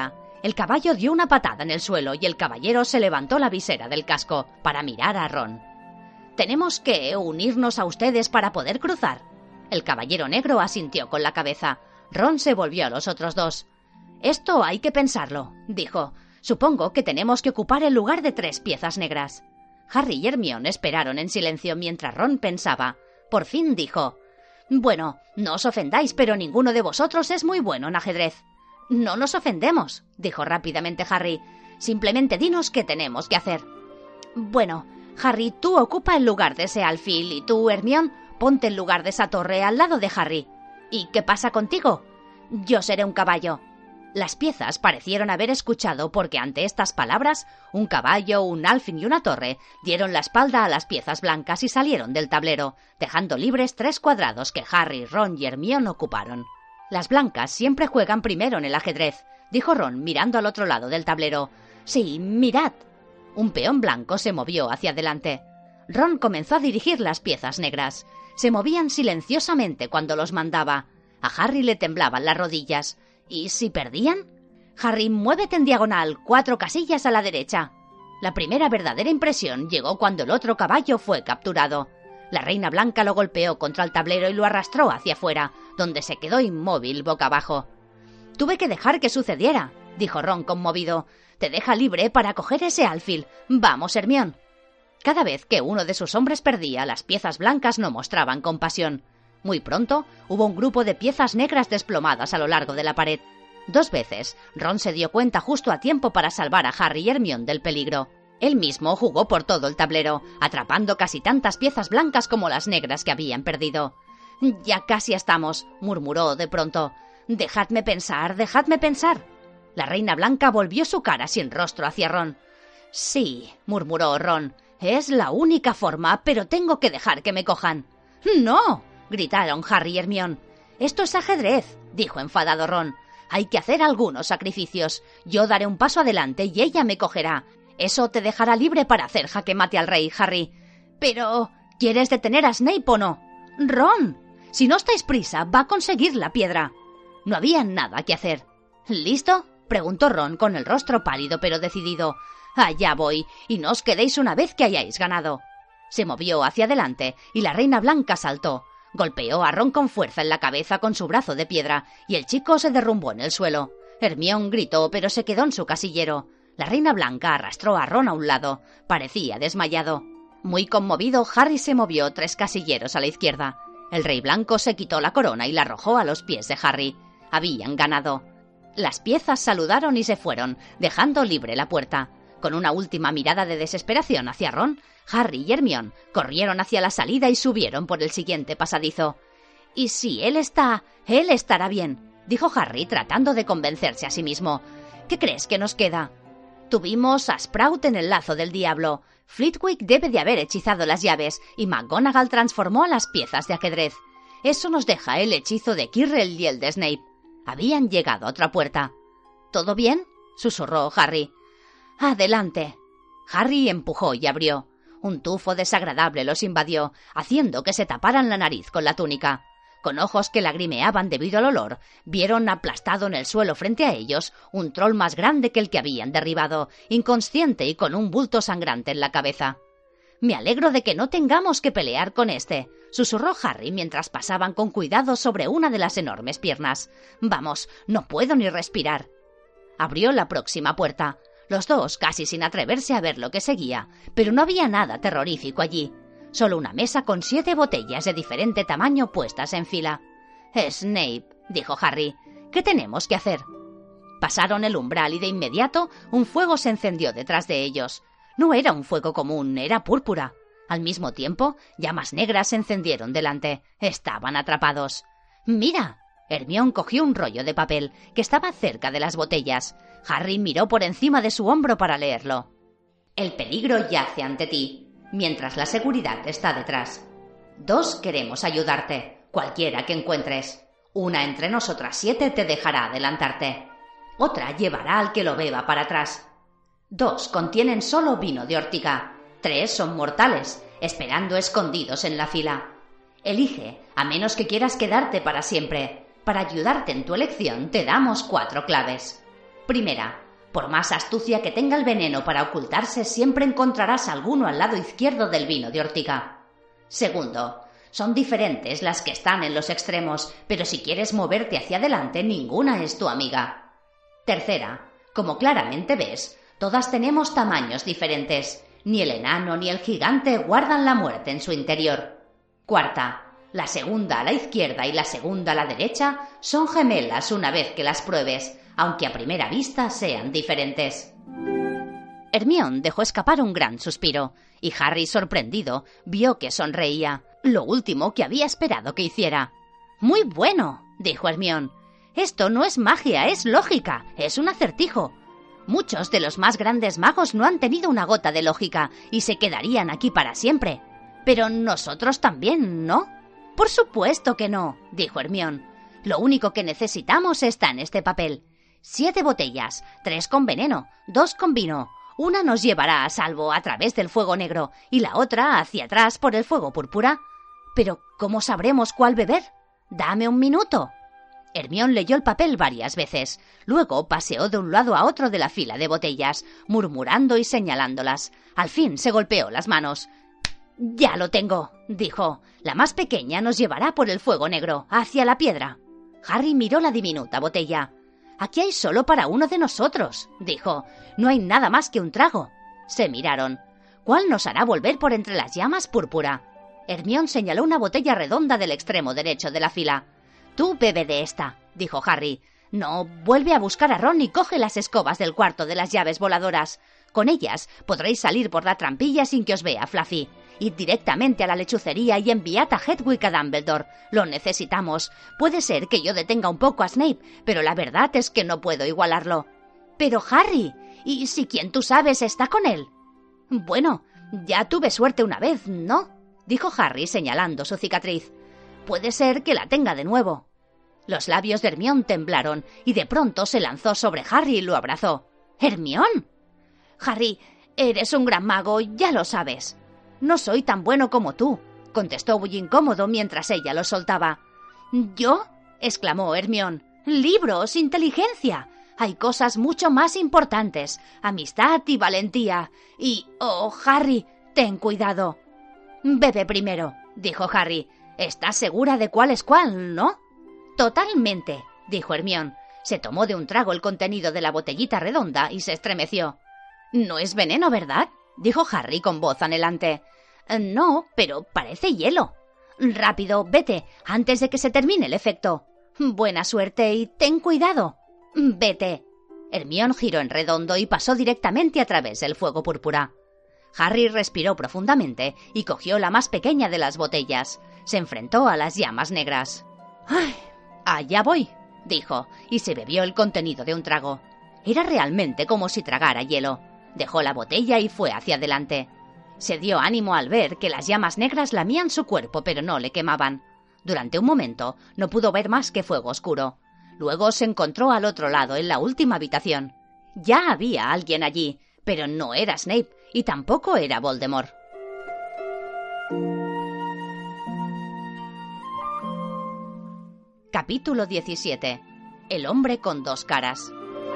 El caballo dio una patada en el suelo y el caballero se levantó la visera del casco para mirar a Ron. «¿Tenemos que unirnos a ustedes para poder cruzar?» El caballero negro asintió con la cabeza. Ron se volvió a los otros dos. «Esto hay que pensarlo», dijo. «Supongo que tenemos que ocupar el lugar de 3 piezas negras». Harry y Hermione esperaron en silencio mientras Ron pensaba. Por fin dijo: «Bueno, no os ofendáis, pero ninguno de vosotros es muy bueno en ajedrez». «No nos ofendemos», dijo rápidamente Harry. «Simplemente dinos qué tenemos que hacer». «Bueno, Harry, tú ocupa el lugar de ese alfil y tú, Hermione, ponte en lugar de esa torre al lado de Harry. ¿Y qué pasa contigo?» «Yo seré un caballo». Las piezas parecieron haber escuchado porque ante estas palabras, un caballo, un alfil y una torre dieron la espalda a las piezas blancas y salieron del tablero, dejando libres 3 cuadrados que Harry, Ron y Hermione ocuparon. «Las blancas siempre juegan primero en el ajedrez», dijo Ron mirando al otro lado del tablero. «Sí, mirad». Un peón blanco se movió hacia adelante. Ron comenzó a dirigir las piezas negras. Se movían silenciosamente cuando los mandaba. A Harry le temblaban las rodillas. ¿Y si perdían? «Harry, muévete en diagonal, 4 casillas a la derecha». La primera verdadera impresión llegó cuando el otro caballo fue capturado. La reina blanca lo golpeó contra el tablero y lo arrastró hacia afuera, donde se quedó inmóvil boca abajo. «Tuve que dejar que sucediera», dijo Ron conmovido. «Te deja libre para coger ese alfil. Vamos, Hermione». Cada vez que uno de sus hombres perdía, las piezas blancas no mostraban compasión. Muy pronto hubo un grupo de piezas negras desplomadas a lo largo de la pared. 2 veces, Ron se dio cuenta justo a tiempo para salvar a Harry y Hermione del peligro. Él mismo jugó por todo el tablero, atrapando casi tantas piezas blancas como las negras que habían perdido. «Ya casi estamos», murmuró de pronto. «Dejadme pensar, dejadme pensar». La reina blanca volvió su cara sin rostro hacia Ron. «Sí», murmuró Ron, «es la única forma, pero tengo que dejar que me cojan». «¡No!», gritaron Harry y Hermione. «Esto es ajedrez», dijo enfadado Ron. «Hay que hacer algunos sacrificios. Yo daré un paso adelante y ella me cogerá. Eso te dejará libre para hacer jaque mate al rey, Harry». «Pero, ¿quieres detener a Snape o no?» «Ron, si no estáis prisa, va a conseguir la piedra». No había nada que hacer. «¿Listo?», preguntó Ron con el rostro pálido pero decidido. «Allá voy, y no os quedéis una vez que hayáis ganado». Se movió hacia adelante y la reina blanca saltó. Golpeó a Ron con fuerza en la cabeza con su brazo de piedra y el chico se derrumbó en el suelo. Hermione gritó pero se quedó en su casillero. La reina blanca arrastró a Ron a un lado. Parecía desmayado. Muy conmovido, Harry se movió 3 casilleros a la izquierda. El rey blanco se quitó la corona y la arrojó a los pies de Harry. Habían ganado. Las piezas saludaron y se fueron, dejando libre la puerta. Con una última mirada de desesperación hacia Ron, Harry y Hermione corrieron hacia la salida y subieron por el siguiente pasadizo. «Y si él estará bien», dijo Harry tratando de convencerse a sí mismo. «¿Qué crees que nos queda?» «Tuvimos a Sprout en el lazo del diablo. Flitwick debe de haber hechizado las llaves y McGonagall transformó a las piezas de ajedrez. Eso nos deja el hechizo de Quirrell y el de Snape». Habían llegado a otra puerta. «¿Todo bien?», susurró Harry. «Adelante». Harry empujó y abrió. Un tufo desagradable los invadió, haciendo que se taparan la nariz con la túnica. Con ojos que lagrimeaban debido al olor, vieron aplastado en el suelo frente a ellos un troll más grande que el que habían derribado, inconsciente y con un bulto sangrante en la cabeza. «Me alegro de que no tengamos que pelear con este», susurró Harry mientras pasaban con cuidado sobre una de las enormes piernas. «Vamos, no puedo ni respirar». Abrió la próxima puerta. Los dos casi sin atreverse a ver lo que seguía, pero no había nada terrorífico allí. Solo una mesa con 7 botellas de diferente tamaño puestas en fila. «Snape», dijo Harry, «¿qué tenemos que hacer?» Pasaron el umbral y de inmediato un fuego se encendió detrás de ellos. No era un fuego común, era púrpura. Al mismo tiempo, llamas negras se encendieron delante. Estaban atrapados. «¡Mira!». Hermione cogió un rollo de papel que estaba cerca de las botellas. Harry miró por encima de su hombro para leerlo. «El peligro yace ante ti, mientras la seguridad está detrás. 2 queremos ayudarte, cualquiera que encuentres. 1 entre nosotras 7 te dejará adelantarte. Otra llevará al que lo beba para atrás. 2 contienen solo vino de ortiga. 3 son mortales, esperando escondidos en la fila. Elige, a menos que quieras quedarte para siempre. Para ayudarte en tu elección te damos 4 claves. Primera, Por más astucia que tenga el veneno para ocultarse, siempre encontrarás alguno al lado izquierdo del vino de ortiga. Segundo, son diferentes las que están en los extremos, pero si quieres moverte hacia adelante, ninguna es tu amiga. Tercera, como claramente ves, todas tenemos tamaños diferentes. Ni el enano ni el gigante guardan la muerte en su interior. Cuarta, la segunda a la izquierda y la segunda a la derecha son gemelas una vez que las pruebes, aunque a primera vista sean diferentes. Hermione dejó escapar un gran suspiro, y Harry, sorprendido, vio que sonreía, lo último que había esperado que hiciera. «Muy bueno», dijo Hermione. «Esto no es magia, es lógica, es un acertijo. Muchos de los más grandes magos no han tenido una gota de lógica y se quedarían aquí para siempre. Pero nosotros también, ¿no?» «Por supuesto que no», dijo Hermione. «Lo único que necesitamos está en este papel. 7 botellas, 3 con veneno, 2 con vino. Una nos llevará a salvo a través del fuego negro y la otra hacia atrás por el fuego púrpura. Pero, ¿cómo sabremos cuál beber? Dame un minuto». Hermione leyó el papel varias veces. Luego paseó de un lado a otro de la fila de botellas, murmurando y señalándolas. Al fin se golpeó las manos. «Ya lo tengo», dijo. «La más pequeña nos llevará por el fuego negro, hacia la piedra». Harry miró la diminuta botella. «Aquí hay solo para uno de nosotros», dijo. «No hay nada más que un trago». Se miraron. «¿Cuál nos hará volver por entre las llamas púrpura?» Hermione señaló una botella redonda del extremo derecho de la fila. «Tú bebe de esta», dijo Harry. «No, vuelve a buscar a Ron y coge las escobas del cuarto de las llaves voladoras. Con ellas podréis salir por la trampilla sin que os vea Fluffy. Id directamente a la lechucería y enviad a Hedwig a Dumbledore. Lo necesitamos. Puede ser que yo detenga un poco a Snape, pero la verdad es que no puedo igualarlo». «Pero Harry, ¿y si quien tú sabes está con él?» «Bueno, ya tuve suerte una vez, ¿no?», dijo Harry señalando su cicatriz. «Puede ser que la tenga de nuevo». Los labios de Hermione temblaron y de pronto se lanzó sobre Harry y lo abrazó. «¿Hermione?» «Harry, eres un gran mago, ya lo sabes». «No soy tan bueno como tú», contestó muy incómodo mientras ella lo soltaba. «¿Yo?», exclamó Hermione. «Libros, inteligencia. Hay cosas mucho más importantes. Amistad y valentía. Y, oh, Harry, ten cuidado». «Bebe primero», dijo Harry. «Estás segura de cuál es cuál, ¿no?» «Totalmente», dijo Hermione. Se tomó de un trago el contenido de la botellita redonda y se estremeció. «No es veneno, ¿verdad?», dijo Harry con voz anhelante. «No, pero parece hielo». «Rápido, vete, antes de que se termine el efecto». «Buena suerte y ten cuidado». «Vete». Hermione giró en redondo y pasó directamente a través del fuego púrpura. Harry respiró profundamente y cogió la más pequeña de las botellas. Se enfrentó a las llamas negras. «Ay, allá voy», dijo, y se bebió el contenido de un trago. Era realmente como si tragara hielo. Dejó la botella y fue hacia adelante. Se dio ánimo al ver que las llamas negras lamían su cuerpo, pero no le quemaban. Durante un momento no pudo ver más que fuego oscuro. Luego se encontró al otro lado, en la última habitación. Ya había alguien allí, pero no era Snape y tampoco era Voldemort. Capítulo 17. El hombre con 2 caras.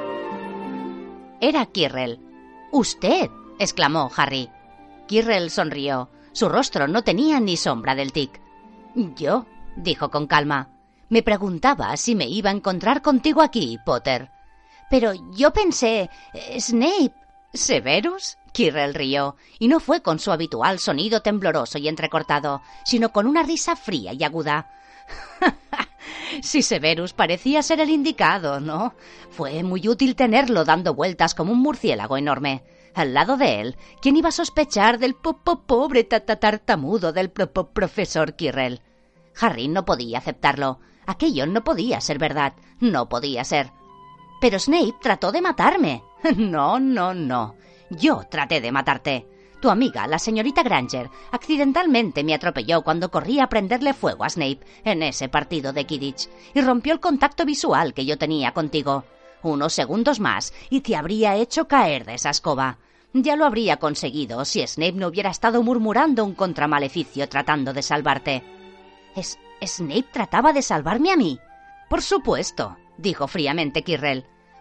Era Quirrell. «¿Usted?», exclamó Harry. Quirrell sonrió. Su rostro no tenía ni sombra del tic. «Yo», dijo con calma. «Me preguntaba si me iba a encontrar contigo aquí, Potter». «Pero yo pensé... Snape». «¿Severus?», Quirrell rió, y no fue con su habitual sonido tembloroso y entrecortado, sino con una risa fría y aguda. «Si Severus parecía ser el indicado, ¿no? Fue muy útil tenerlo dando vueltas como un murciélago enorme. Al lado de él, ¿quién iba a sospechar del pobre tartamudo del profesor Quirrell?» Harry no podía aceptarlo. Aquello no podía ser verdad. No podía ser. «Pero Snape trató de matarme». No. Yo traté de matarte. Tu amiga, la señorita Granger, accidentalmente me atropelló cuando corría a prenderle fuego a Snape en ese partido de Quidditch y rompió el contacto visual que yo tenía contigo. Unos segundos más y te habría hecho caer de esa escoba. Ya lo habría conseguido si Snape no hubiera estado murmurando un contramaleficio tratando de salvarte. ¿Snape trataba de salvarme a mí? Por supuesto, dijo fríamente Quirrell.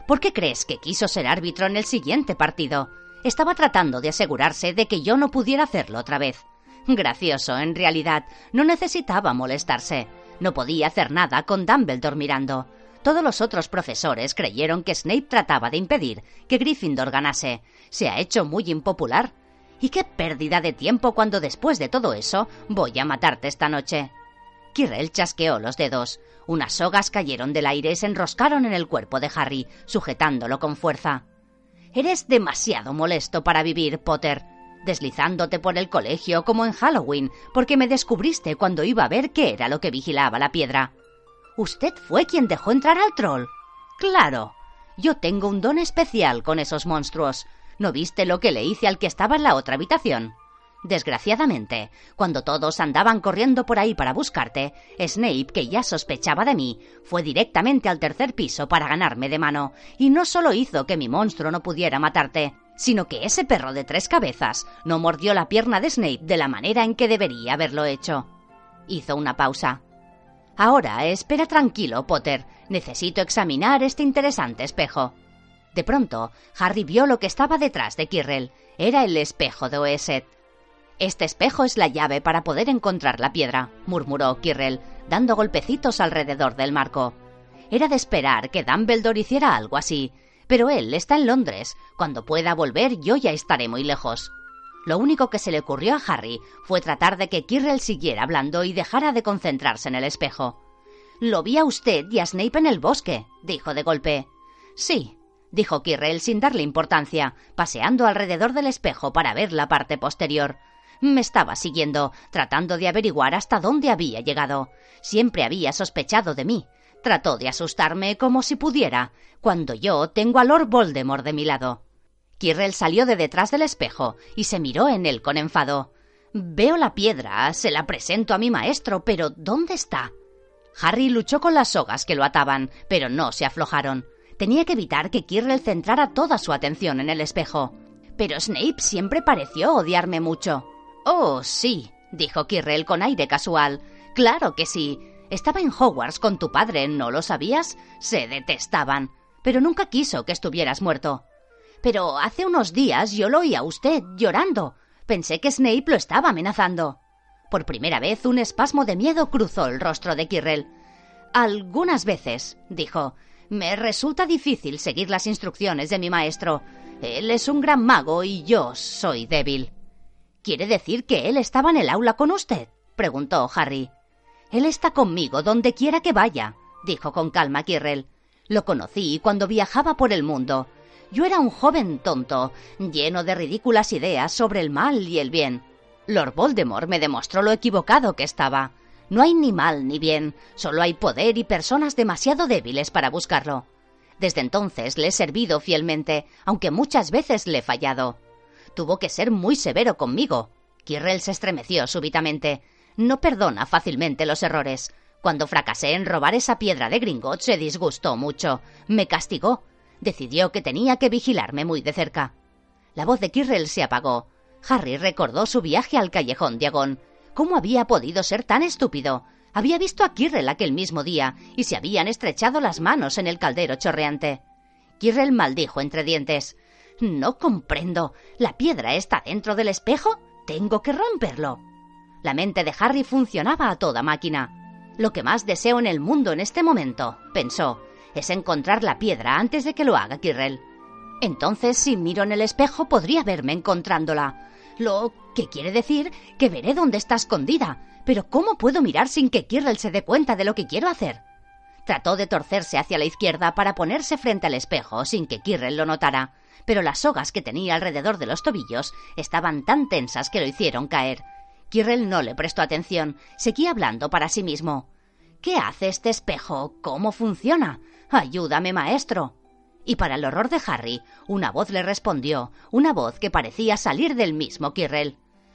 ¿Por qué crees que quiso ser árbitro en el siguiente partido? Estaba tratando de asegurarse de que yo no pudiera hacerlo otra vez. Gracioso, en realidad. No necesitaba molestarse. No podía hacer nada con Dumbledore mirando. Todos los otros profesores creyeron que Snape trataba de impedir que Gryffindor ganase. Se ha hecho muy impopular. Y qué pérdida de tiempo cuando después de todo eso voy a matarte esta noche. Quirrell chasqueó los dedos. Unas sogas cayeron del aire y se enroscaron en el cuerpo de Harry, sujetándolo con fuerza. Eres demasiado molesto para vivir, Potter. Deslizándote por el colegio como en Halloween, porque me descubriste cuando iba a ver qué era lo que vigilaba la piedra. ¿Usted fue quien dejó entrar al troll? ¡Claro! Yo tengo un don especial con esos monstruos. ¿No viste lo que le hice al que estaba en la otra habitación? Desgraciadamente, cuando todos andaban corriendo por ahí para buscarte, Snape, que ya sospechaba de mí, fue directamente al tercer piso para ganarme de mano, y no solo hizo que mi monstruo no pudiera matarte, sino que ese perro de 3 cabezas no mordió la pierna de Snape de la manera en que debería haberlo hecho. Hizo una pausa. Ahora, espera tranquilo, Potter. Necesito examinar este interesante espejo. De pronto, Harry vio lo que estaba detrás de Quirrell. Era el espejo de Oeset. «Este espejo es la llave para poder encontrar la piedra», murmuró Quirrell, dando golpecitos alrededor del marco. Era de esperar que Dumbledore hiciera algo así, pero él está en Londres. Cuando pueda volver yo ya estaré muy lejos. Lo único que se le ocurrió a Harry fue tratar de que Quirrell siguiera hablando y dejara de concentrarse en el espejo. «Lo vi a usted y a Snape en el bosque», dijo de golpe. «Sí», dijo Quirrell sin darle importancia, paseando alrededor del espejo para ver la parte posterior. Me estaba siguiendo, tratando de averiguar hasta dónde había llegado. Siempre había sospechado de mí. Trató de asustarme como si pudiera, cuando yo tengo a Lord Voldemort de mi lado. Quirrell salió de detrás del espejo y se miró en él con enfado. Veo la piedra, se la presento a mi maestro, pero ¿dónde está? Harry luchó con las sogas que lo ataban, pero no se aflojaron. Tenía que evitar que Quirrell centrara toda su atención en el espejo. Pero Snape siempre pareció odiarme mucho. «Oh, sí», dijo Quirrell con aire casual. «Claro que sí. Estaba en Hogwarts con tu padre, ¿no lo sabías? Se detestaban. Pero nunca quiso que estuvieras muerto». «Pero hace unos días yo lo oí a usted llorando. Pensé que Snape lo estaba amenazando». Por primera vez un espasmo de miedo cruzó el rostro de Quirrell. «Algunas veces», dijo. «Me resulta difícil seguir las instrucciones de mi maestro. Él es un gran mago y yo soy débil». «¿Quiere decir que él estaba en el aula con usted?», preguntó Harry. «Él está conmigo donde quiera que vaya», dijo con calma Quirrell. «Lo conocí cuando viajaba por el mundo. Yo era un joven tonto, lleno de ridículas ideas sobre el mal y el bien. Lord Voldemort me demostró lo equivocado que estaba. No hay ni mal ni bien, solo hay poder y personas demasiado débiles para buscarlo. Desde entonces le he servido fielmente, aunque muchas veces le he fallado. Tuvo que ser muy severo conmigo». Quirrell se estremeció súbitamente. No perdona fácilmente los errores. Cuando fracasé en robar esa piedra de Gringotts se disgustó mucho. Me castigó. Decidió que tenía que vigilarme muy de cerca. La voz de Quirrell se apagó. Harry recordó su viaje al Callejón Diagon. ¿Cómo había podido ser tan estúpido? Había visto a Quirrell aquel mismo día y se habían estrechado las manos en el caldero chorreante. Quirrell maldijo entre dientes. «No comprendo. ¿La piedra está dentro del espejo? Tengo que romperlo». La mente de Harry funcionaba a toda máquina. «Lo que más deseo en el mundo en este momento», pensó, «es encontrar la piedra antes de que lo haga Quirrell. Entonces, si miro en el espejo, podría verme encontrándola. Lo que quiere decir que veré dónde está escondida. Pero ¿cómo puedo mirar sin que Quirrell se dé cuenta de lo que quiero hacer?» Trató de torcerse hacia la izquierda para ponerse frente al espejo sin que Quirrell lo notara, pero las sogas que tenía alrededor de los tobillos estaban tan tensas que lo hicieron caer. Quirrell no le prestó atención, seguía hablando para sí mismo. «¿Qué hace este espejo? ¿Cómo funciona? Ayúdame, maestro». Y para el horror de Harry, una voz le respondió, una voz que parecía salir del mismo Quirrell.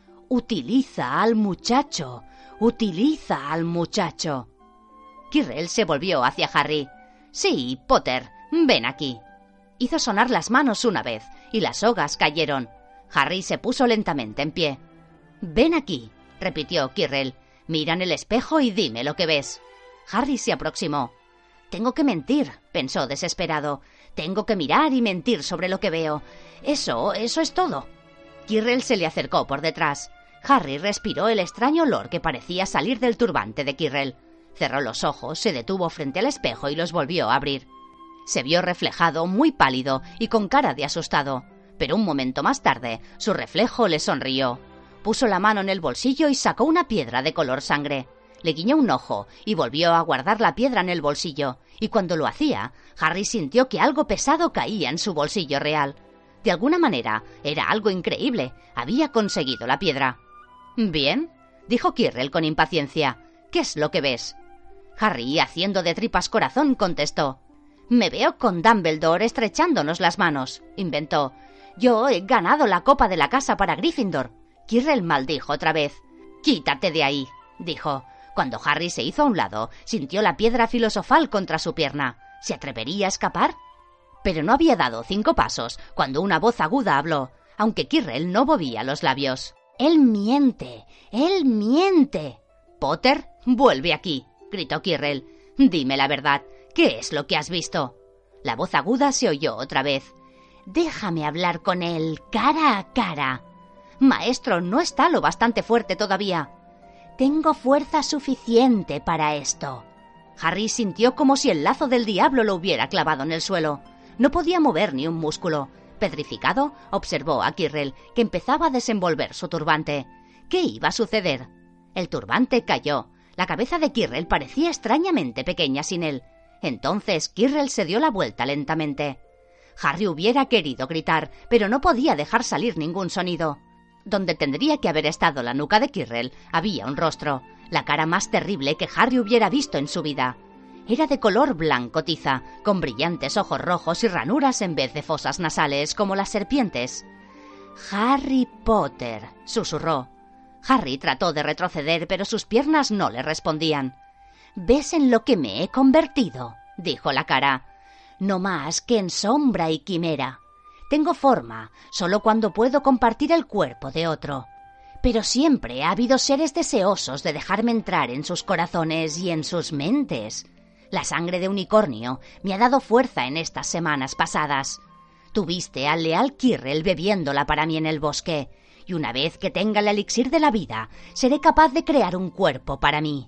«Utiliza al muchacho, utiliza al muchacho». Quirrell se volvió hacia Harry. «Sí, Potter, ven aquí». Hizo sonar las manos una vez, y las sogas cayeron. Harry se puso lentamente en pie. «Ven aquí», repitió Quirrell. «Mira en el espejo y dime lo que ves». Harry se aproximó. Tengo que mentir, pensó desesperado. Tengo que mirar y mentir sobre lo que veo. Eso es todo. Quirrell se le acercó por detrás. Harry respiró el extraño olor que parecía salir del turbante de Quirrell. Cerró los ojos, se detuvo frente al espejo y los volvió a abrir. Se vio reflejado, muy pálido y con cara de asustado. Pero un momento más tarde, su reflejo le sonrió. Puso la mano en el bolsillo y sacó una piedra de color sangre. Le guiñó un ojo y volvió a guardar la piedra en el bolsillo, y cuando lo hacía, Harry sintió que algo pesado caía en su bolsillo real. De alguna manera, era algo increíble. Había conseguido la piedra. «Bien», dijo Quirrell con impaciencia. «¿Qué es lo que ves?» Harry, haciendo de tripas corazón, contestó. «Me veo con Dumbledore estrechándonos las manos», inventó. «Yo he ganado la copa de la casa para Gryffindor». Quirrell maldijo otra vez. «Quítate de ahí», dijo. Cuando Harry se hizo a un lado, sintió la piedra filosofal contra su pierna. ¿Se atrevería a escapar? Pero no había dado 5 pasos cuando una voz aguda habló, aunque Quirrell no movía los labios. «Él miente, él miente». «Potter, vuelve aquí», gritó Quirrell. «Dime la verdad, ¿qué es lo que has visto?» La voz aguda se oyó otra vez. «Déjame hablar con él, cara a cara». «Maestro, no está lo bastante fuerte todavía». «Tengo fuerza suficiente para esto». Harry sintió como si el lazo del diablo lo hubiera clavado en el suelo. No podía mover ni un músculo. Petrificado, observó a Quirrell, que empezaba a desenvolver su turbante. ¿Qué iba a suceder? El turbante cayó. La cabeza de Quirrell parecía extrañamente pequeña sin él. Entonces Quirrell se dio la vuelta lentamente. Harry hubiera querido gritar, pero no podía dejar salir ningún sonido. Donde tendría que haber estado la nuca de Quirrell había un rostro, la cara más terrible que Harry hubiera visto en su vida. Era de color blanco tiza, con brillantes ojos rojos y ranuras en vez de fosas nasales como las serpientes. «Harry Potter», susurró. Harry trató de retroceder, pero sus piernas no le respondían. «¿Ves en lo que me he convertido?», dijo la cara. «No más que en sombra y quimera. Tengo forma solo cuando puedo compartir el cuerpo de otro. Pero siempre ha habido seres deseosos de dejarme entrar en sus corazones y en sus mentes. La sangre de unicornio me ha dado fuerza en estas semanas pasadas. Tuviste al leal Quirrell bebiéndola para mí en el bosque, y una vez que tenga el elixir de la vida, seré capaz de crear un cuerpo para mí.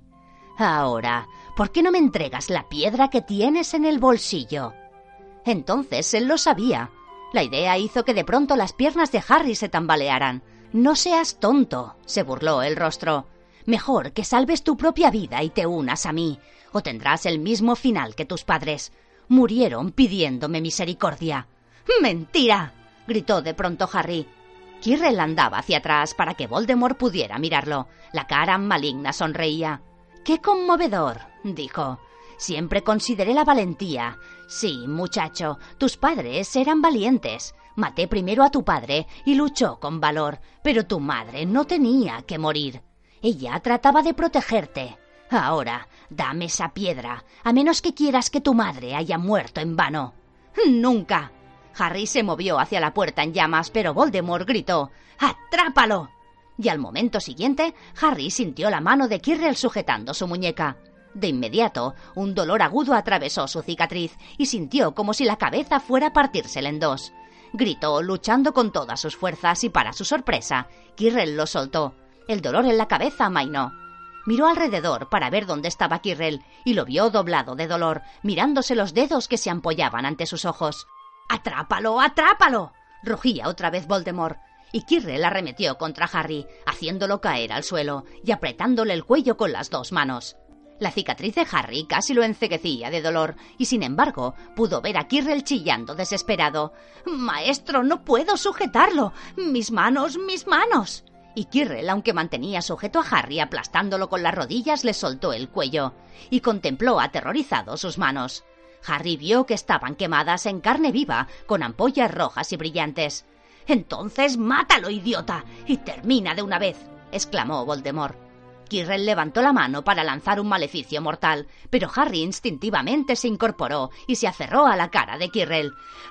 Ahora, ¿por qué no me entregas la piedra que tienes en el bolsillo?» Entonces él lo sabía. La idea hizo que de pronto las piernas de Harry se tambalearan. «No seas tonto», se burló el rostro. «Mejor que salves tu propia vida y te unas a mí, o tendrás el mismo final que tus padres. Murieron pidiéndome misericordia». «¡Mentira!», gritó de pronto Harry. Quirrell andaba hacia atrás para que Voldemort pudiera mirarlo. La cara maligna sonreía. «¡Qué conmovedor!», dijo. «Siempre consideré la valentía. Sí, muchacho, tus padres eran valientes. Maté primero a tu padre y luchó con valor, pero tu madre no tenía que morir. Ella trataba de protegerte. Ahora, dame esa piedra, a menos que quieras que tu madre haya muerto en vano». «¡Nunca!». Harry se movió hacia la puerta en llamas, pero Voldemort gritó: «¡Atrápalo!». Y al momento siguiente, Harry sintió la mano de Quirrell sujetando su muñeca. De inmediato, un dolor agudo atravesó su cicatriz y sintió como si la cabeza fuera a partírsela en dos. Gritó, luchando con todas sus fuerzas, y para su sorpresa, Quirrell lo soltó. El dolor en la cabeza amainó. Miró alrededor para ver dónde estaba Quirrell y lo vio doblado de dolor, mirándose los dedos que se ampollaban ante sus ojos. «¡Atrápalo, atrápalo!», rugía otra vez Voldemort. Y Quirrell arremetió contra Harry, haciéndolo caer al suelo y apretándole el cuello con las 2 manos. La cicatriz de Harry casi lo enceguecía de dolor, y sin embargo pudo ver a Quirrell chillando desesperado. «¡Maestro, no puedo sujetarlo! ¡Mis manos, mis manos!». Y Quirrell, aunque mantenía sujeto a Harry aplastándolo con las rodillas, le soltó el cuello y contempló aterrorizado sus manos. Harry vio que estaban quemadas en carne viva, con ampollas rojas y brillantes. «¡Entonces mátalo, idiota, y termina de una vez!», exclamó Voldemort. Quirrell levantó la mano para lanzar un maleficio mortal, pero Harry instintivamente se incorporó y se aferró a la cara de Quirrell.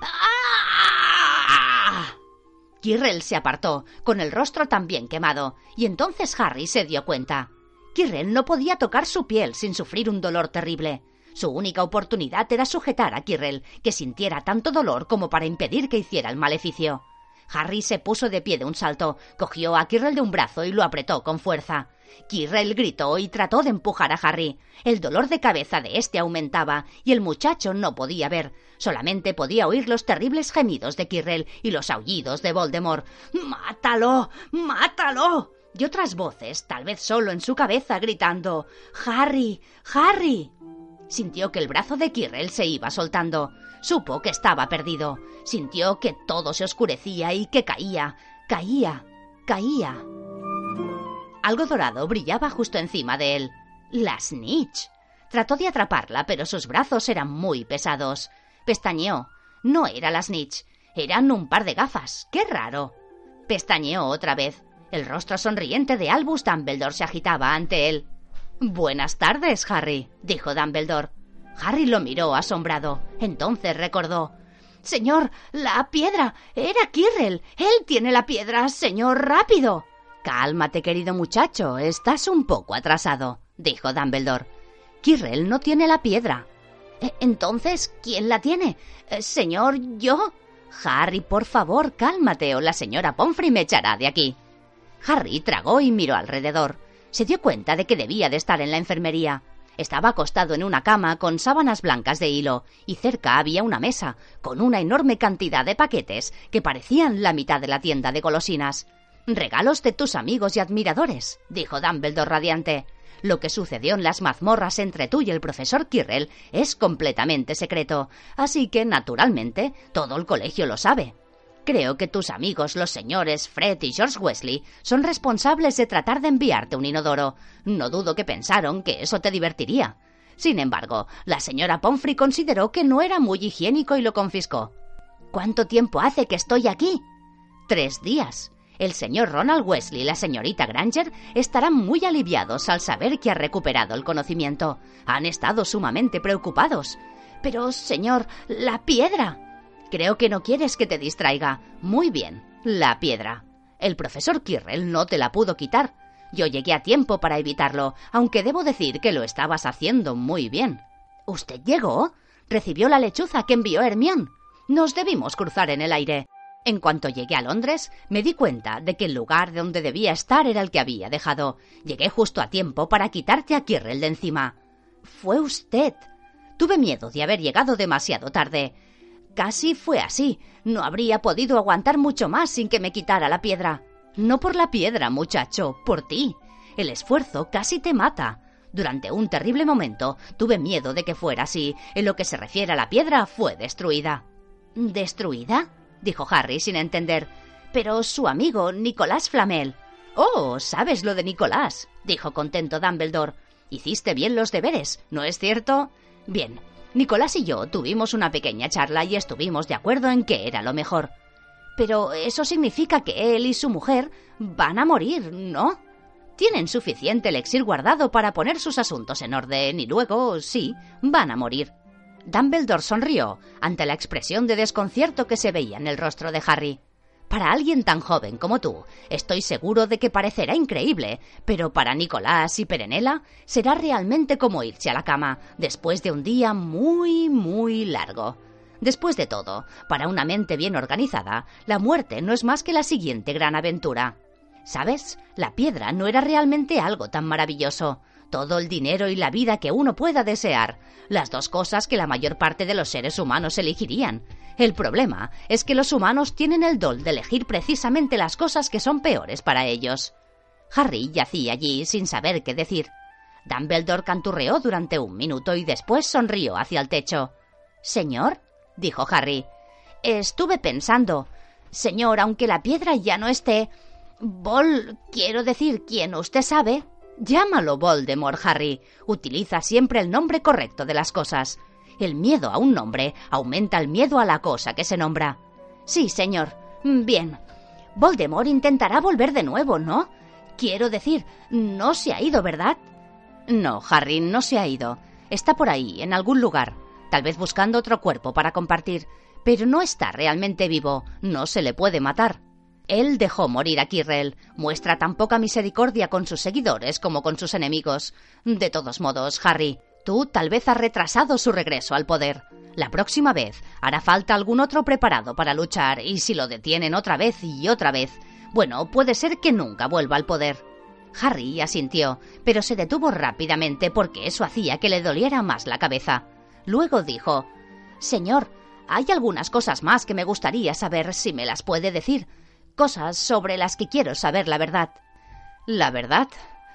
¡Ah! Quirrell se apartó, con el rostro también quemado, y entonces Harry se dio cuenta. Quirrell no podía tocar su piel sin sufrir un dolor terrible. Su única oportunidad era sujetar a Quirrell, que sintiera tanto dolor como para impedir que hiciera el maleficio. Harry se puso de pie de un salto, cogió a Quirrell de un brazo y lo apretó con fuerza. Quirrell gritó y trató de empujar a Harry. El dolor de cabeza de este aumentaba y el muchacho no podía ver. Solamente podía oír los terribles gemidos de Quirrell y los aullidos de Voldemort. ¡Mátalo! ¡Mátalo! Y otras voces, tal vez solo en su cabeza, gritando ¡Harry! ¡Harry! Sintió que el brazo de Quirrell se iba soltando. Supo que estaba perdido. Sintió que todo se oscurecía y que caía. Algo dorado brillaba justo encima de él. ¡La Snitch! Trató de atraparla, pero sus brazos eran muy pesados. Pestañeó. No era la Snitch. Eran un par de gafas. ¡Qué raro! Pestañeó otra vez. El rostro sonriente de Albus Dumbledore se agitaba ante él. «Buenas tardes, Harry», dijo Dumbledore. Harry lo miró asombrado. Entonces recordó. «Señor, la piedra. Era Quirrell. Él tiene la piedra, señor, rápido». «Cálmate, querido muchacho. Estás un poco atrasado», dijo Dumbledore. «Quirrell no tiene la piedra». «Entonces, ¿quién la tiene? Señor, ¿yo?» «Harry, por favor, cálmate o la señora Pomfrey me echará de aquí». Harry tragó y miró alrededor. Se dio cuenta de que debía de estar en la enfermería. Estaba acostado en una cama con sábanas blancas de hilo y cerca había una mesa con una enorme cantidad de paquetes que parecían la mitad de la tienda de golosinas. «Regalos de tus amigos y admiradores», dijo Dumbledore radiante. «Lo que sucedió en las mazmorras entre tú y el profesor Quirrell es completamente secreto, así que, naturalmente, todo el colegio lo sabe. Creo que tus amigos, los señores Fred y George Weasley, son responsables de tratar de enviarte un inodoro. No dudo que pensaron que eso te divertiría. Sin embargo, la señora Pomfrey consideró que no era muy higiénico y lo confiscó». «¿Cuánto tiempo hace que estoy aquí?» 3 días. El señor Ronald Weasley y la señorita Granger estarán muy aliviados al saber que ha recuperado el conocimiento. Han estado sumamente preocupados. «Pero, señor, la piedra». «Creo que no quieres que te distraiga. Muy bien, la piedra. El profesor Quirrell no te la pudo quitar. Yo llegué a tiempo para evitarlo, aunque debo decir que lo estabas haciendo muy bien». «¿Usted llegó? Recibió la lechuza que envió Hermione». «Nos debimos cruzar en el aire. En cuanto llegué a Londres, me di cuenta de que el lugar donde debía estar era el que había dejado. Llegué justo a tiempo para quitarte a Quirrell de encima». «Fue usted». «Tuve miedo de haber llegado demasiado tarde». «Casi fue así. No habría podido aguantar mucho más sin que me quitara la piedra». «No por la piedra, muchacho, por ti. El esfuerzo casi te mata. Durante un terrible momento tuve miedo de que fuera así. En lo que se refiere a la piedra, fue destruida». «¿Destruida?», dijo Harry sin entender. «Pero su amigo, Nicolás Flamel». «Oh, sabes lo de Nicolás», dijo contento Dumbledore. «Hiciste bien los deberes, ¿no es cierto? Bien. Nicolás y yo tuvimos una pequeña charla y estuvimos de acuerdo en que era lo mejor». «Pero eso significa que él y su mujer van a morir, ¿no?» «Tienen suficiente elixir guardado para poner sus asuntos en orden y luego, sí, van a morir». Dumbledore sonrió ante la expresión de desconcierto que se veía en el rostro de Harry. «Para alguien tan joven como tú, estoy seguro de que parecerá increíble, pero para Nicolás y Perenella será realmente como irse a la cama después de un día muy, muy largo. Después de todo, para una mente bien organizada, la muerte no es más que la siguiente gran aventura. ¿Sabes? La piedra no era realmente algo tan maravilloso. Todo el dinero y la vida que uno pueda desear, las 2 cosas que la mayor parte de los seres humanos elegirían. El problema es que los humanos tienen el don de elegir precisamente las cosas que son peores para ellos». Harry yacía allí sin saber qué decir. Dumbledore canturreó durante 1 minuto y después sonrió hacia el techo. «¿Señor?», dijo Harry. «Estuve pensando. Señor, aunque la piedra ya no esté... quiero decir, quien usted sabe...» «Llámalo Voldemort, Harry. Utiliza siempre el nombre correcto de las cosas. El miedo a un nombre aumenta el miedo a la cosa que se nombra». «Sí, señor. Bien. Voldemort intentará volver de nuevo, ¿no? Quiero decir, no se ha ido, ¿verdad?» «No, Harry, no se ha ido. Está por ahí, en algún lugar. Tal vez buscando otro cuerpo para compartir. Pero no está realmente vivo. No se le puede matar. Él dejó morir a Quirrell. Muestra tan poca misericordia con sus seguidores como con sus enemigos. De todos modos, Harry, Tú tal vez has retrasado su regreso al poder. La próxima vez hará falta algún otro preparado para luchar, y si lo detienen otra vez y otra vez, bueno, puede ser que nunca vuelva al poder. Harry asintió, pero se detuvo rápidamente porque eso hacía que le doliera más la cabeza. Luego dijo: «Señor, hay algunas cosas más que me gustaría saber, si me las puede decir. Cosas sobre las que quiero saber la verdad». ¿La verdad?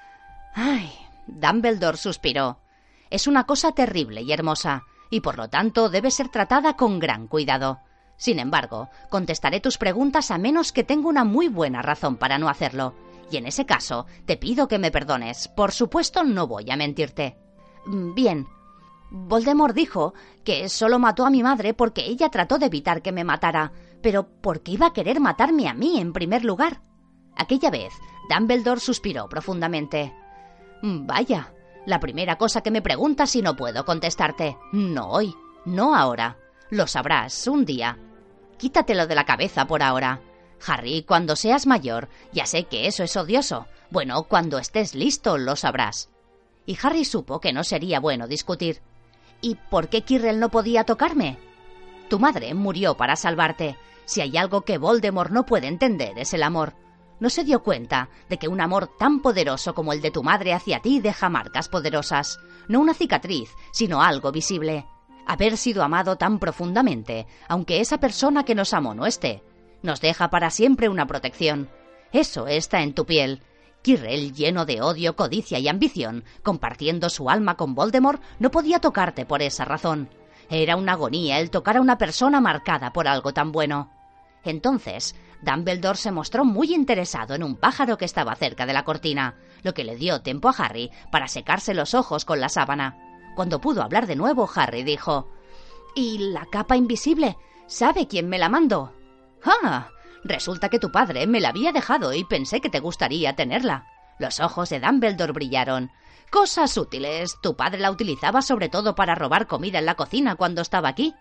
Ay, Dumbledore suspiró. Es una cosa terrible y hermosa, y por lo tanto debe ser tratada con gran cuidado. Sin embargo, contestaré tus preguntas a menos que tenga una muy buena razón para no hacerlo. Y en ese caso, te pido que me perdones. Por supuesto, no voy a mentirte. Bien. Voldemort dijo que solo mató a mi madre porque ella trató de evitar que me matara. Pero ¿por qué iba a querer matarme a mí en primer lugar? Aquella vez, Dumbledore suspiró profundamente. Vaya, la primera cosa que me preguntas y no puedo contestarte. No hoy, no ahora. Lo sabrás un día. Quítatelo de la cabeza por ahora. Harry, cuando seas mayor, ya sé que eso es odioso. Bueno, cuando estés listo lo sabrás. Y Harry supo que no sería bueno discutir. ¿Y por qué Quirrell no podía tocarme? Tu madre murió para salvarte. Si hay algo que Voldemort no puede entender es el amor. No se dio cuenta de que un amor tan poderoso como el de tu madre hacia ti deja marcas poderosas. No una cicatriz, sino algo visible. Haber sido amado tan profundamente, aunque esa persona que nos amó no esté, nos deja para siempre una protección. Eso está en tu piel. Quirrell, lleno de odio, codicia y ambición, compartiendo su alma con Voldemort, no podía tocarte por esa razón. Era una agonía el tocar a una persona marcada por algo tan bueno. Entonces, Dumbledore se mostró muy interesado en un pájaro que estaba cerca de la cortina, lo que le dio tiempo a Harry para secarse los ojos con la sábana. Cuando pudo hablar de nuevo, Harry dijo: «¿Y la capa invisible? ¿Sabe quién me la mandó?» «Ah, resulta que tu padre me la había dejado y pensé que te gustaría tenerla». Los ojos de Dumbledore brillaron. «Cosas útiles. Tu padre la utilizaba sobre todo para robar comida en la cocina cuando estaba aquí».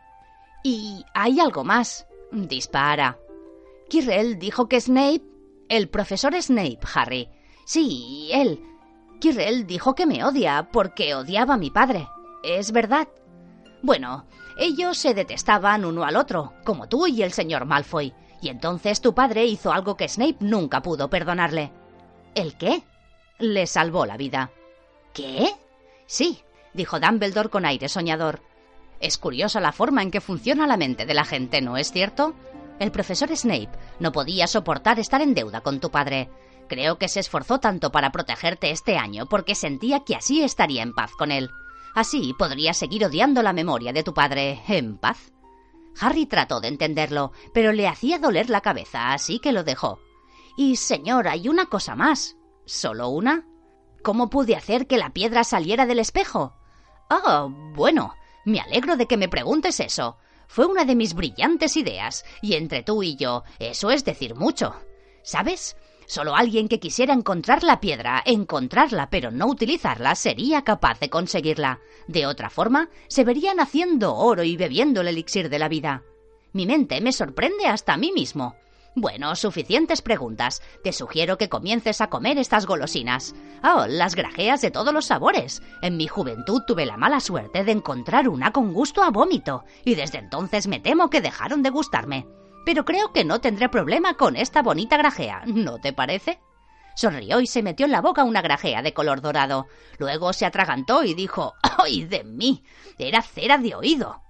«¿Y hay algo más?» «Dispara». «Quirrell dijo que Snape...» «El profesor Snape, Harry». «Sí, él. Quirrell dijo que me odia porque odiaba a mi padre. ¿Es verdad?» «Bueno, ellos se detestaban uno al otro, como tú y el señor Malfoy, y entonces tu padre hizo algo que Snape nunca pudo perdonarle». «¿El qué?» «Le salvó la vida». «¿Qué?» «Sí», dijo Dumbledore con aire soñador. «Es curiosa la forma en que funciona la mente de la gente, ¿no es cierto? El profesor Snape no podía soportar estar en deuda con tu padre. Creo que se esforzó tanto para protegerte este año porque sentía que así estaría en paz con él. Así podría seguir odiando la memoria de tu padre en paz». Harry trató de entenderlo, pero le hacía doler la cabeza, así que lo dejó. «Y, señor, hay una cosa más». «¿Solo una?» «¿Cómo pude hacer que la piedra saliera del espejo?» «Oh, bueno, me alegro de que me preguntes eso. Fue una de mis brillantes ideas, y entre tú y yo, eso es decir mucho. ¿Sabes? Solo alguien que quisiera encontrar la piedra, encontrarla pero no utilizarla, sería capaz de conseguirla. De otra forma, se verían haciendo oro y bebiendo el elixir de la vida. Mi mente me sorprende hasta a mí mismo. Bueno, suficientes preguntas. Te sugiero que comiences a comer estas golosinas. Oh, las grajeas de todos los sabores. En mi juventud tuve la mala suerte de encontrar una con gusto a vómito, y desde entonces me temo que dejaron de gustarme. Pero creo que no tendré problema con esta bonita grajea, ¿no te parece?» Sonrió y se metió en la boca una grajea de color dorado. Luego se atragantó y dijo: «¡Ay, de mí! Era cera de oído».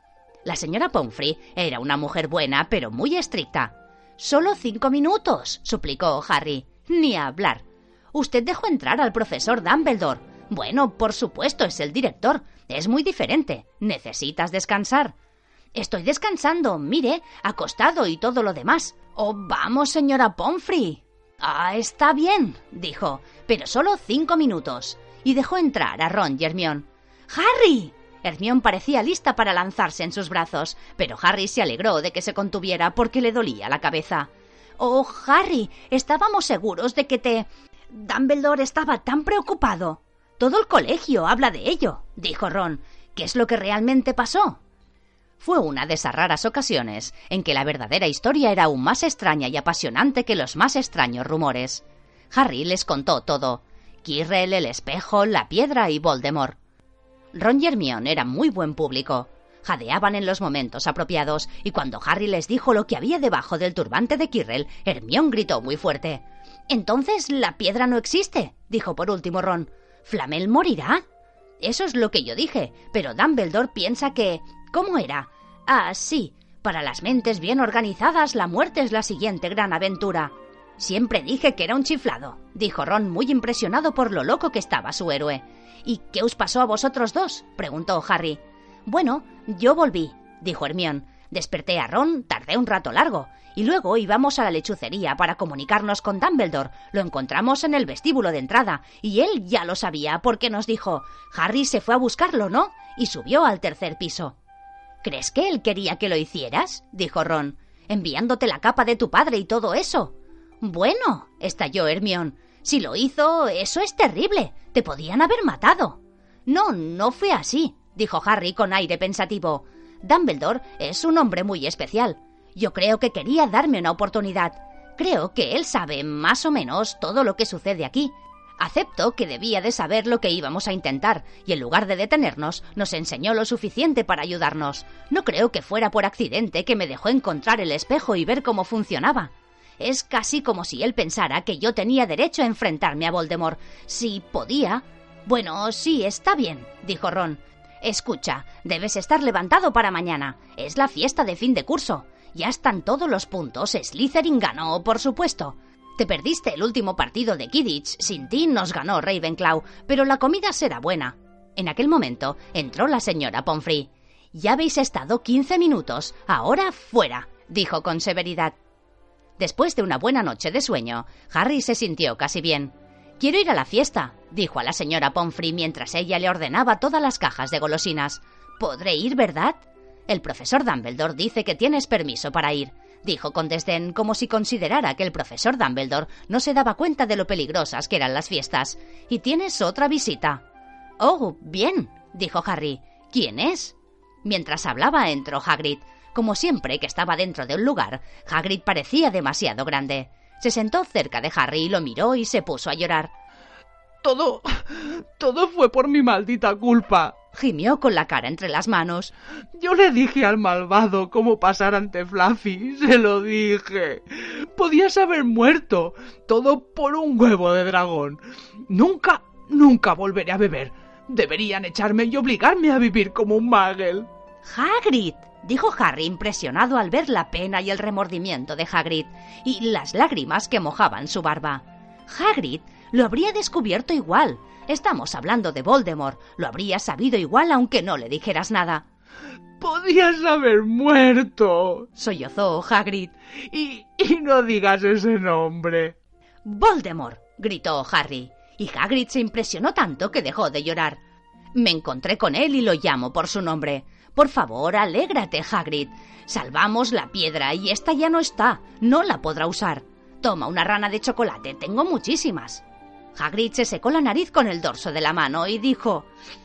La señora Pomfrey era una mujer buena, pero muy estricta. «Solo 5 minutos», suplicó Harry. «Ni hablar. Usted dejó entrar al profesor Dumbledore. Bueno, por supuesto, es el director. Es muy diferente. Necesitas descansar». «Estoy descansando, mire, acostado y todo lo demás». «Oh, vamos, señora Pomfrey». «Ah, está bien», dijo, «pero solo 5 minutos». Y dejó entrar a Ron y Hermione. «¡Harry!». Hermione parecía lista para lanzarse en sus brazos, pero Harry se alegró de que se contuviera porque le dolía la cabeza. «Oh, Harry, estábamos seguros de que Dumbledore estaba tan preocupado». «Todo el colegio habla de ello», dijo Ron. «¿Qué es lo que realmente pasó?» Fue una de esas raras ocasiones en que la verdadera historia era aún más extraña y apasionante que los más extraños rumores. Harry les contó todo: Quirrell, el espejo, la piedra y Voldemort. Ron y Hermione eran muy buen público. Jadeaban en los momentos apropiados, y cuando Harry les dijo lo que había debajo del turbante de Quirrell, Hermione gritó muy fuerte. «Entonces la piedra no existe», dijo por último Ron. «¿Flamel morirá?» «Eso es lo que yo dije, pero Dumbledore piensa que... ¿Cómo era? Ah, sí, para las mentes bien organizadas la muerte es la siguiente gran aventura». «Siempre dije que era un chiflado», dijo Ron muy impresionado por lo loco que estaba su héroe. «¿Y qué os pasó a vosotros dos?», preguntó Harry. «Bueno, yo volví», dijo Hermione. «Desperté a Ron, tardé un rato largo, y luego íbamos a la lechucería para comunicarnos con Dumbledore. Lo encontramos en el vestíbulo de entrada, y él ya lo sabía porque nos dijo, Harry se fue a buscarlo, ¿no?, y subió al tercer piso». «¿Crees que él quería que lo hicieras?», dijo Ron, «enviándote la capa de tu padre y todo eso». «Bueno», estalló Hermione, «si lo hizo, eso es terrible. Te podían haber matado». «No, no fue así», dijo Harry con aire pensativo. «Dumbledore es un hombre muy especial. Yo creo que quería darme una oportunidad. Creo que él sabe más o menos todo lo que sucede aquí. Acepto que debía de saber lo que íbamos a intentar, y en lugar de detenernos, nos enseñó lo suficiente para ayudarnos. No creo que fuera por accidente que me dejó encontrar el espejo y ver cómo funcionaba. Es casi como si él pensara que yo tenía derecho a enfrentarme a Voldemort. Si podía... Bueno, sí, está bien», dijo Ron. «Escucha, debes estar levantado para mañana. Es la fiesta de fin de curso. Ya están todos los puntos. Slytherin ganó, por supuesto. Te perdiste el último partido de Quidditch. Sin ti nos ganó Ravenclaw, pero la comida será buena». En aquel momento entró la señora Pomfrey. «Ya habéis estado 15 minutos. Ahora fuera», dijo con severidad. Después de una buena noche de sueño, Harry se sintió casi bien. «Quiero ir a la fiesta», dijo a la señora Pomfrey mientras ella le ordenaba todas las cajas de golosinas. «¿Podré ir, verdad?» «El profesor Dumbledore dice que tienes permiso para ir», dijo con desdén, como si considerara que el profesor Dumbledore no se daba cuenta de lo peligrosas que eran las fiestas. «Y tienes otra visita». «Oh, bien», dijo Harry. «¿Quién es?» Mientras hablaba entró Hagrid. Como siempre que estaba dentro de un lugar, Hagrid parecía demasiado grande. Se sentó cerca de Harry y lo miró y se puso a llorar. Todo fue por mi maldita culpa», gimió con la cara entre las manos. «Yo le dije al malvado cómo pasar ante Fluffy, se lo dije. Podías haber muerto, todo por un huevo de dragón. Nunca volveré a beber. Deberían echarme y obligarme a vivir como un Muggle». «Hagrid», dijo Harry impresionado al ver la pena y el remordimiento de Hagrid, y las lágrimas que mojaban su barba. Hagrid lo habría descubierto igual. Estamos hablando de Voldemort. Lo habría sabido igual aunque no le dijeras nada. «Podías haber muerto», sollozó Hagrid. Y no digas ese nombre». «Voldemort», gritó Harry, y Hagrid se impresionó tanto que dejó de llorar. «Me encontré con él y lo llamo por su nombre. Por favor, alégrate, Hagrid. Salvamos la piedra y esta ya no está. No la podrá usar. Toma una rana de chocolate, tengo muchísimas». Hagrid se secó la nariz con el dorso de la mano y dijo: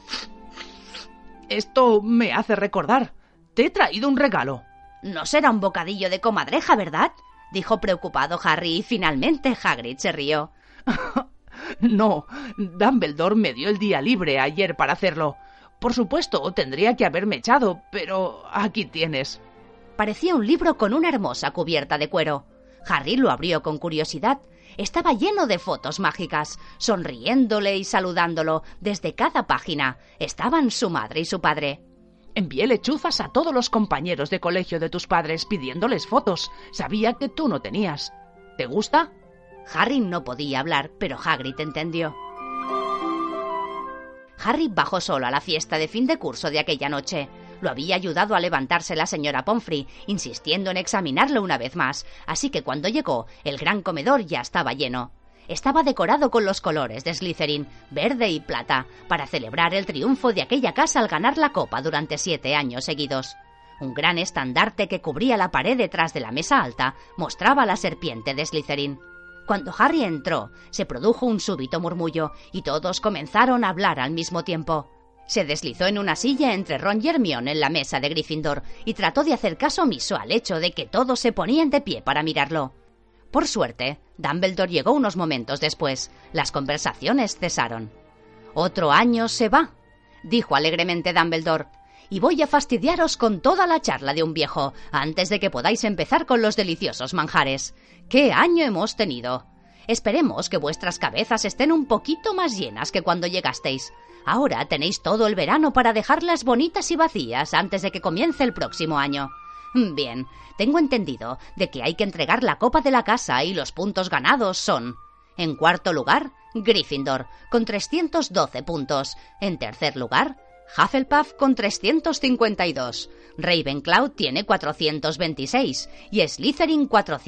«Esto me hace recordar. Te he traído un regalo». «No será un bocadillo de comadreja, ¿verdad?», dijo preocupado Harry, y finalmente Hagrid se rió. «No, Dumbledore me dio el día libre ayer para hacerlo. Por supuesto, tendría que haberme echado, pero aquí tienes». Parecía un libro con una hermosa cubierta de cuero. Harry lo abrió con curiosidad. Estaba lleno de fotos mágicas. Sonriéndole y saludándolo, desde cada página, estaban su madre y su padre. «Envié lechuzas a todos los compañeros de colegio de tus padres pidiéndoles fotos. Sabía que tú no tenías. ¿Te gusta?» Harry no podía hablar, pero Hagrid entendió. Harry bajó solo a la fiesta de fin de curso de aquella noche. Lo había ayudado a levantarse la señora Pomfrey, insistiendo en examinarlo una vez más, así que cuando llegó, el gran comedor ya estaba lleno. Estaba decorado con los colores de Slytherin, verde y plata, para celebrar el triunfo de aquella casa al ganar la copa durante 7 años seguidos. Un gran estandarte que cubría la pared detrás de la mesa alta mostraba la serpiente de Slytherin. Cuando Harry entró, se produjo un súbito murmullo y todos comenzaron a hablar al mismo tiempo. Se deslizó en una silla entre Ron y Hermione en la mesa de Gryffindor y trató de hacer caso omiso al hecho de que todos se ponían de pie para mirarlo. Por suerte, Dumbledore llegó unos momentos después. Las conversaciones cesaron. «Otro año se va». dijo alegremente Dumbledore. Y voy a fastidiaros con toda la charla de un viejo, antes de que podáis empezar con los deliciosos manjares. ¡Qué año hemos tenido! Esperemos que vuestras cabezas estén un poquito más llenas que cuando llegasteis. Ahora tenéis todo el verano para dejarlas bonitas y vacías antes de que comience el próximo año. Bien, tengo entendido de que hay que entregar la copa de la casa y los puntos ganados son... En cuarto lugar, Gryffindor, con 312 puntos. En tercer lugar, Hufflepuff con 352. Ravenclaw tiene 426 y Slytherin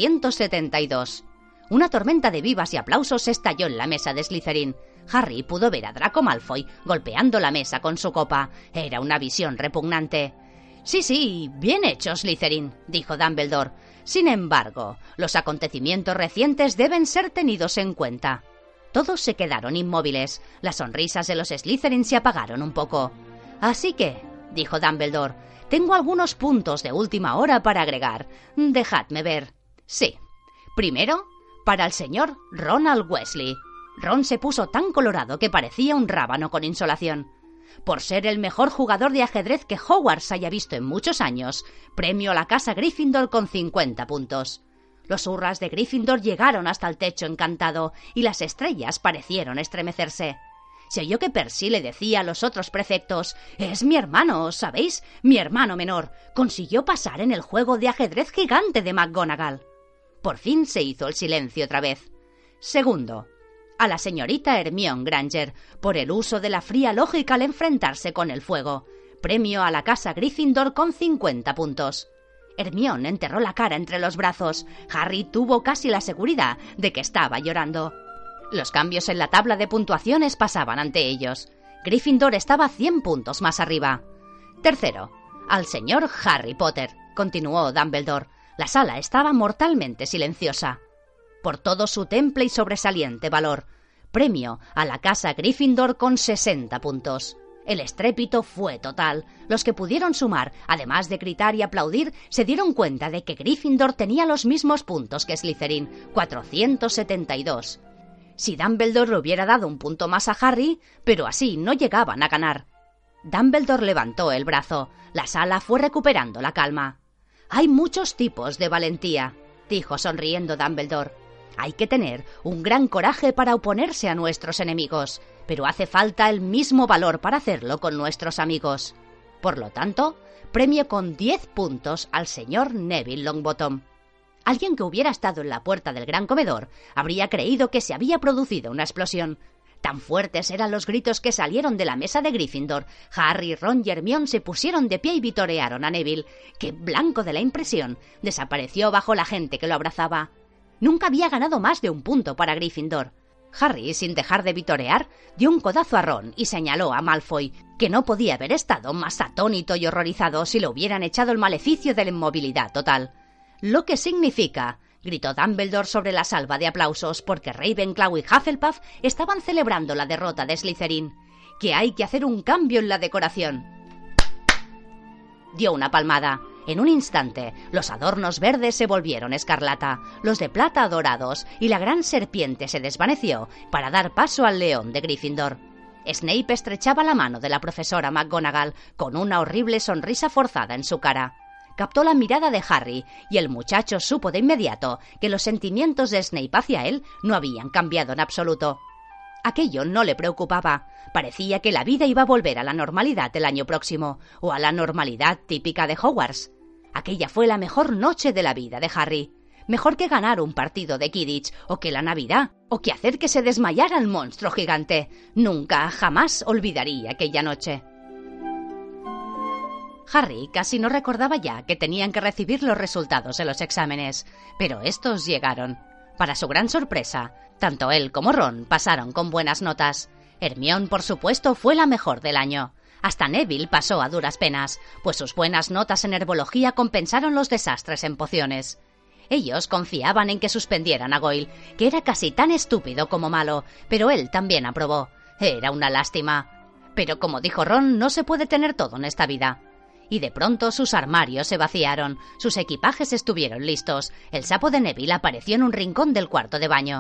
472. Una tormenta de vivas y aplausos estalló en la mesa de Slytherin. Harry pudo ver a Draco Malfoy golpeando la mesa con su copa. Era una visión repugnante. Sí, bien hecho, Slytherin, dijo Dumbledore. Sin embargo, los acontecimientos recientes deben ser tenidos en cuenta. Todos se quedaron inmóviles. Las sonrisas de los Slytherin se apagaron un poco. Así que, dijo Dumbledore, tengo algunos puntos de última hora para agregar. Dejadme ver. Sí. Primero, para el señor Ronald Weasley. Ron se puso tan colorado que parecía un rábano con insolación. Por ser el mejor jugador de ajedrez que Hogwarts haya visto en muchos años, premio a la casa Gryffindor con 50 puntos. Los hurras de Gryffindor llegaron hasta el techo encantado y las estrellas parecieron estremecerse. Se oyó que Percy le decía a los otros prefectos: «Es mi hermano, ¿sabéis? Mi hermano menor. Consiguió pasar en el juego de ajedrez gigante de McGonagall». Por fin se hizo el silencio otra vez. Segundo, a la señorita Hermione Granger, por el uso de la fría lógica al enfrentarse con el fuego. Premio a la casa Gryffindor con 50 puntos. Hermione enterró la cara entre los brazos. Harry tuvo casi la seguridad de que estaba llorando. Los cambios en la tabla de puntuaciones pasaban ante ellos. Gryffindor estaba 100 puntos más arriba. Tercero, al señor Harry Potter, continuó Dumbledore. La sala estaba mortalmente silenciosa. Por todo su temple y sobresaliente valor. Premio a la casa Gryffindor con 60 puntos. El estrépito fue total. Los que pudieron sumar, además de gritar y aplaudir, se dieron cuenta de que Gryffindor tenía los mismos puntos que Slytherin, 472. Si Dumbledore le hubiera dado un punto más a Harry, pero así no llegaban a ganar. Dumbledore levantó el brazo. La sala fue recuperando la calma. «Hay muchos tipos de valentía», dijo sonriendo Dumbledore. «Hay que tener un gran coraje para oponerse a nuestros enemigos, pero hace falta el mismo valor para hacerlo con nuestros amigos. Por lo tanto, premio con 10 puntos al señor Neville Longbottom». Alguien que hubiera estado en la puerta del gran comedor habría creído que se había producido una explosión. Tan fuertes eran los gritos que salieron de la mesa de Gryffindor. Harry, Ron y Hermione se pusieron de pie y vitorearon a Neville, que, blanco de la impresión, desapareció bajo la gente que lo abrazaba. Nunca había ganado más de un punto para Gryffindor. Harry, sin dejar de vitorear, dio un codazo a Ron y señaló a Malfoy, que no podía haber estado más atónito y horrorizado si le hubieran echado el maleficio de la inmovilidad total. «Lo que significa», gritó Dumbledore sobre la salva de aplausos, porque Ravenclaw y Hufflepuff estaban celebrando la derrota de Slytherin, «que hay que hacer un cambio en la decoración». Dio una palmada. En un instante, los adornos verdes se volvieron escarlata, los de plata dorados, y la gran serpiente se desvaneció para dar paso al león de Gryffindor. Snape estrechaba la mano de la profesora McGonagall con una horrible sonrisa forzada en su cara. Captó la mirada de Harry y el muchacho supo de inmediato que los sentimientos de Snape hacia él no habían cambiado en absoluto. Aquello no le preocupaba. Parecía que la vida iba a volver a la normalidad el año próximo, o a la normalidad típica de Hogwarts. Aquella fue la mejor noche de la vida de Harry. Mejor que ganar un partido de Quidditch, o que la Navidad, o que hacer que se desmayara el monstruo gigante. Nunca, jamás olvidaría aquella noche. Harry casi no recordaba ya que tenían que recibir los resultados de los exámenes, pero estos llegaron. Para su gran sorpresa, tanto él como Ron pasaron con buenas notas. Hermione, por supuesto, fue la mejor del año. Hasta Neville pasó a duras penas, pues sus buenas notas en herbología compensaron los desastres en pociones. Ellos confiaban en que suspendieran a Goyle, que era casi tan estúpido como malo, pero él también aprobó. Era una lástima. Pero como dijo Ron, no se puede tener todo en esta vida. Y de pronto sus armarios se vaciaron, sus equipajes estuvieron listos, el sapo de Neville apareció en un rincón del cuarto de baño.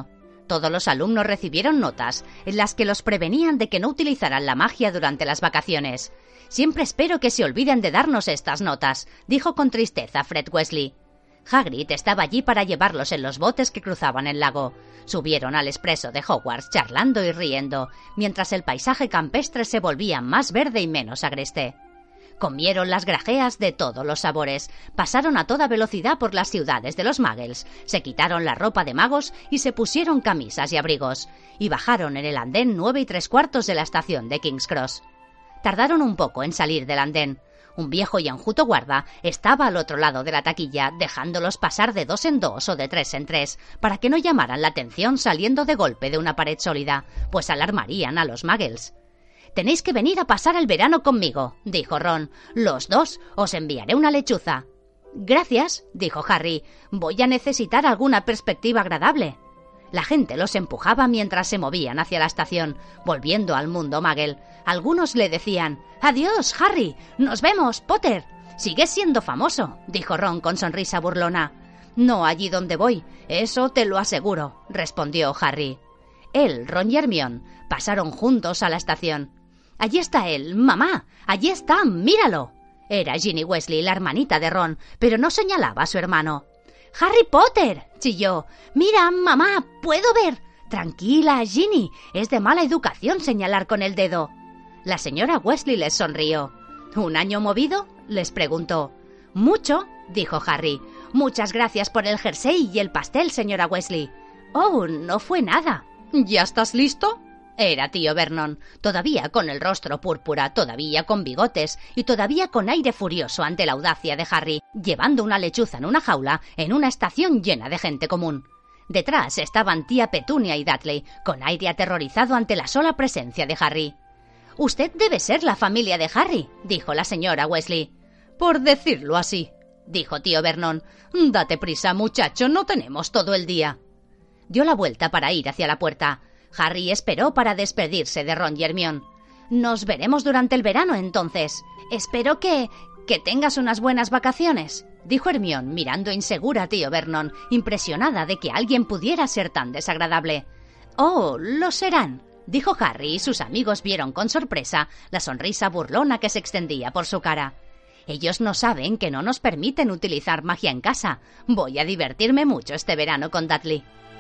Todos los alumnos recibieron notas en las que los prevenían de que no utilizaran la magia durante las vacaciones. «Siempre espero que se olviden de darnos estas notas», dijo con tristeza Fred Weasley. Hagrid estaba allí para llevarlos en los botes que cruzaban el lago. Subieron al expreso de Hogwarts charlando y riendo, mientras el paisaje campestre se volvía más verde y menos agreste. Comieron las grajeas de todos los sabores, pasaron a toda velocidad por las ciudades de los Muggles, se quitaron la ropa de magos y se pusieron camisas y abrigos, y bajaron en el andén 9 3/4 de la estación de King's Cross. Tardaron un poco en salir del andén. Un viejo y enjuto guarda estaba al otro lado de la taquilla, dejándolos pasar de 2 en 2 o de 3 en 3, para que no llamaran la atención saliendo de golpe de una pared sólida, pues alarmarían a los Muggles. «Tenéis que venir a pasar el verano conmigo», dijo Ron. «Los dos, os enviaré una lechuza». «Gracias», dijo Harry. «Voy a necesitar alguna perspectiva agradable». La gente los empujaba mientras se movían hacia la estación, volviendo al mundo Muggle. Algunos le decían: «Adiós, Harry. Nos vemos, Potter». «Sigues siendo famoso», dijo Ron con sonrisa burlona. «No allí donde voy, eso te lo aseguro», respondió Harry. Él, Ron y Hermione pasaron juntos a la estación. «Allí está él, mamá. Allí está, míralo». Era Ginny Weasley, la hermanita de Ron, pero no señalaba a su hermano. «¡Harry Potter!», chilló. «Mira, mamá, puedo ver». «Tranquila, Ginny, es de mala educación señalar con el dedo». La señora Weasley les sonrió. «¿Un año movido?», les preguntó. «Mucho», dijo Harry. «Muchas gracias por el jersey y el pastel, señora Weasley». «Oh, no fue nada». «¿Ya estás listo?». Era tío Vernon, todavía con el rostro púrpura, todavía con bigotes y todavía con aire furioso ante la audacia de Harry, llevando una lechuza en una jaula en una estación llena de gente común. Detrás estaban tía Petunia y Dudley, con aire aterrorizado ante la sola presencia de Harry. «Usted debe ser la familia de Harry», dijo la señora Weasley. «Por decirlo así», dijo tío Vernon. «Date prisa, muchacho, no tenemos todo el día». Dio la vuelta para ir hacia la puerta. Harry esperó para despedirse de Ron y Hermione. «Nos veremos durante el verano, entonces. Espero que tengas unas buenas vacaciones», dijo Hermione, mirando insegura a tío Vernon, impresionada de que alguien pudiera ser tan desagradable. «Oh, lo serán», dijo Harry, y sus amigos vieron con sorpresa la sonrisa burlona que se extendía por su cara. «Ellos no saben que no nos permiten utilizar magia en casa. Voy a divertirme mucho este verano con Dudley».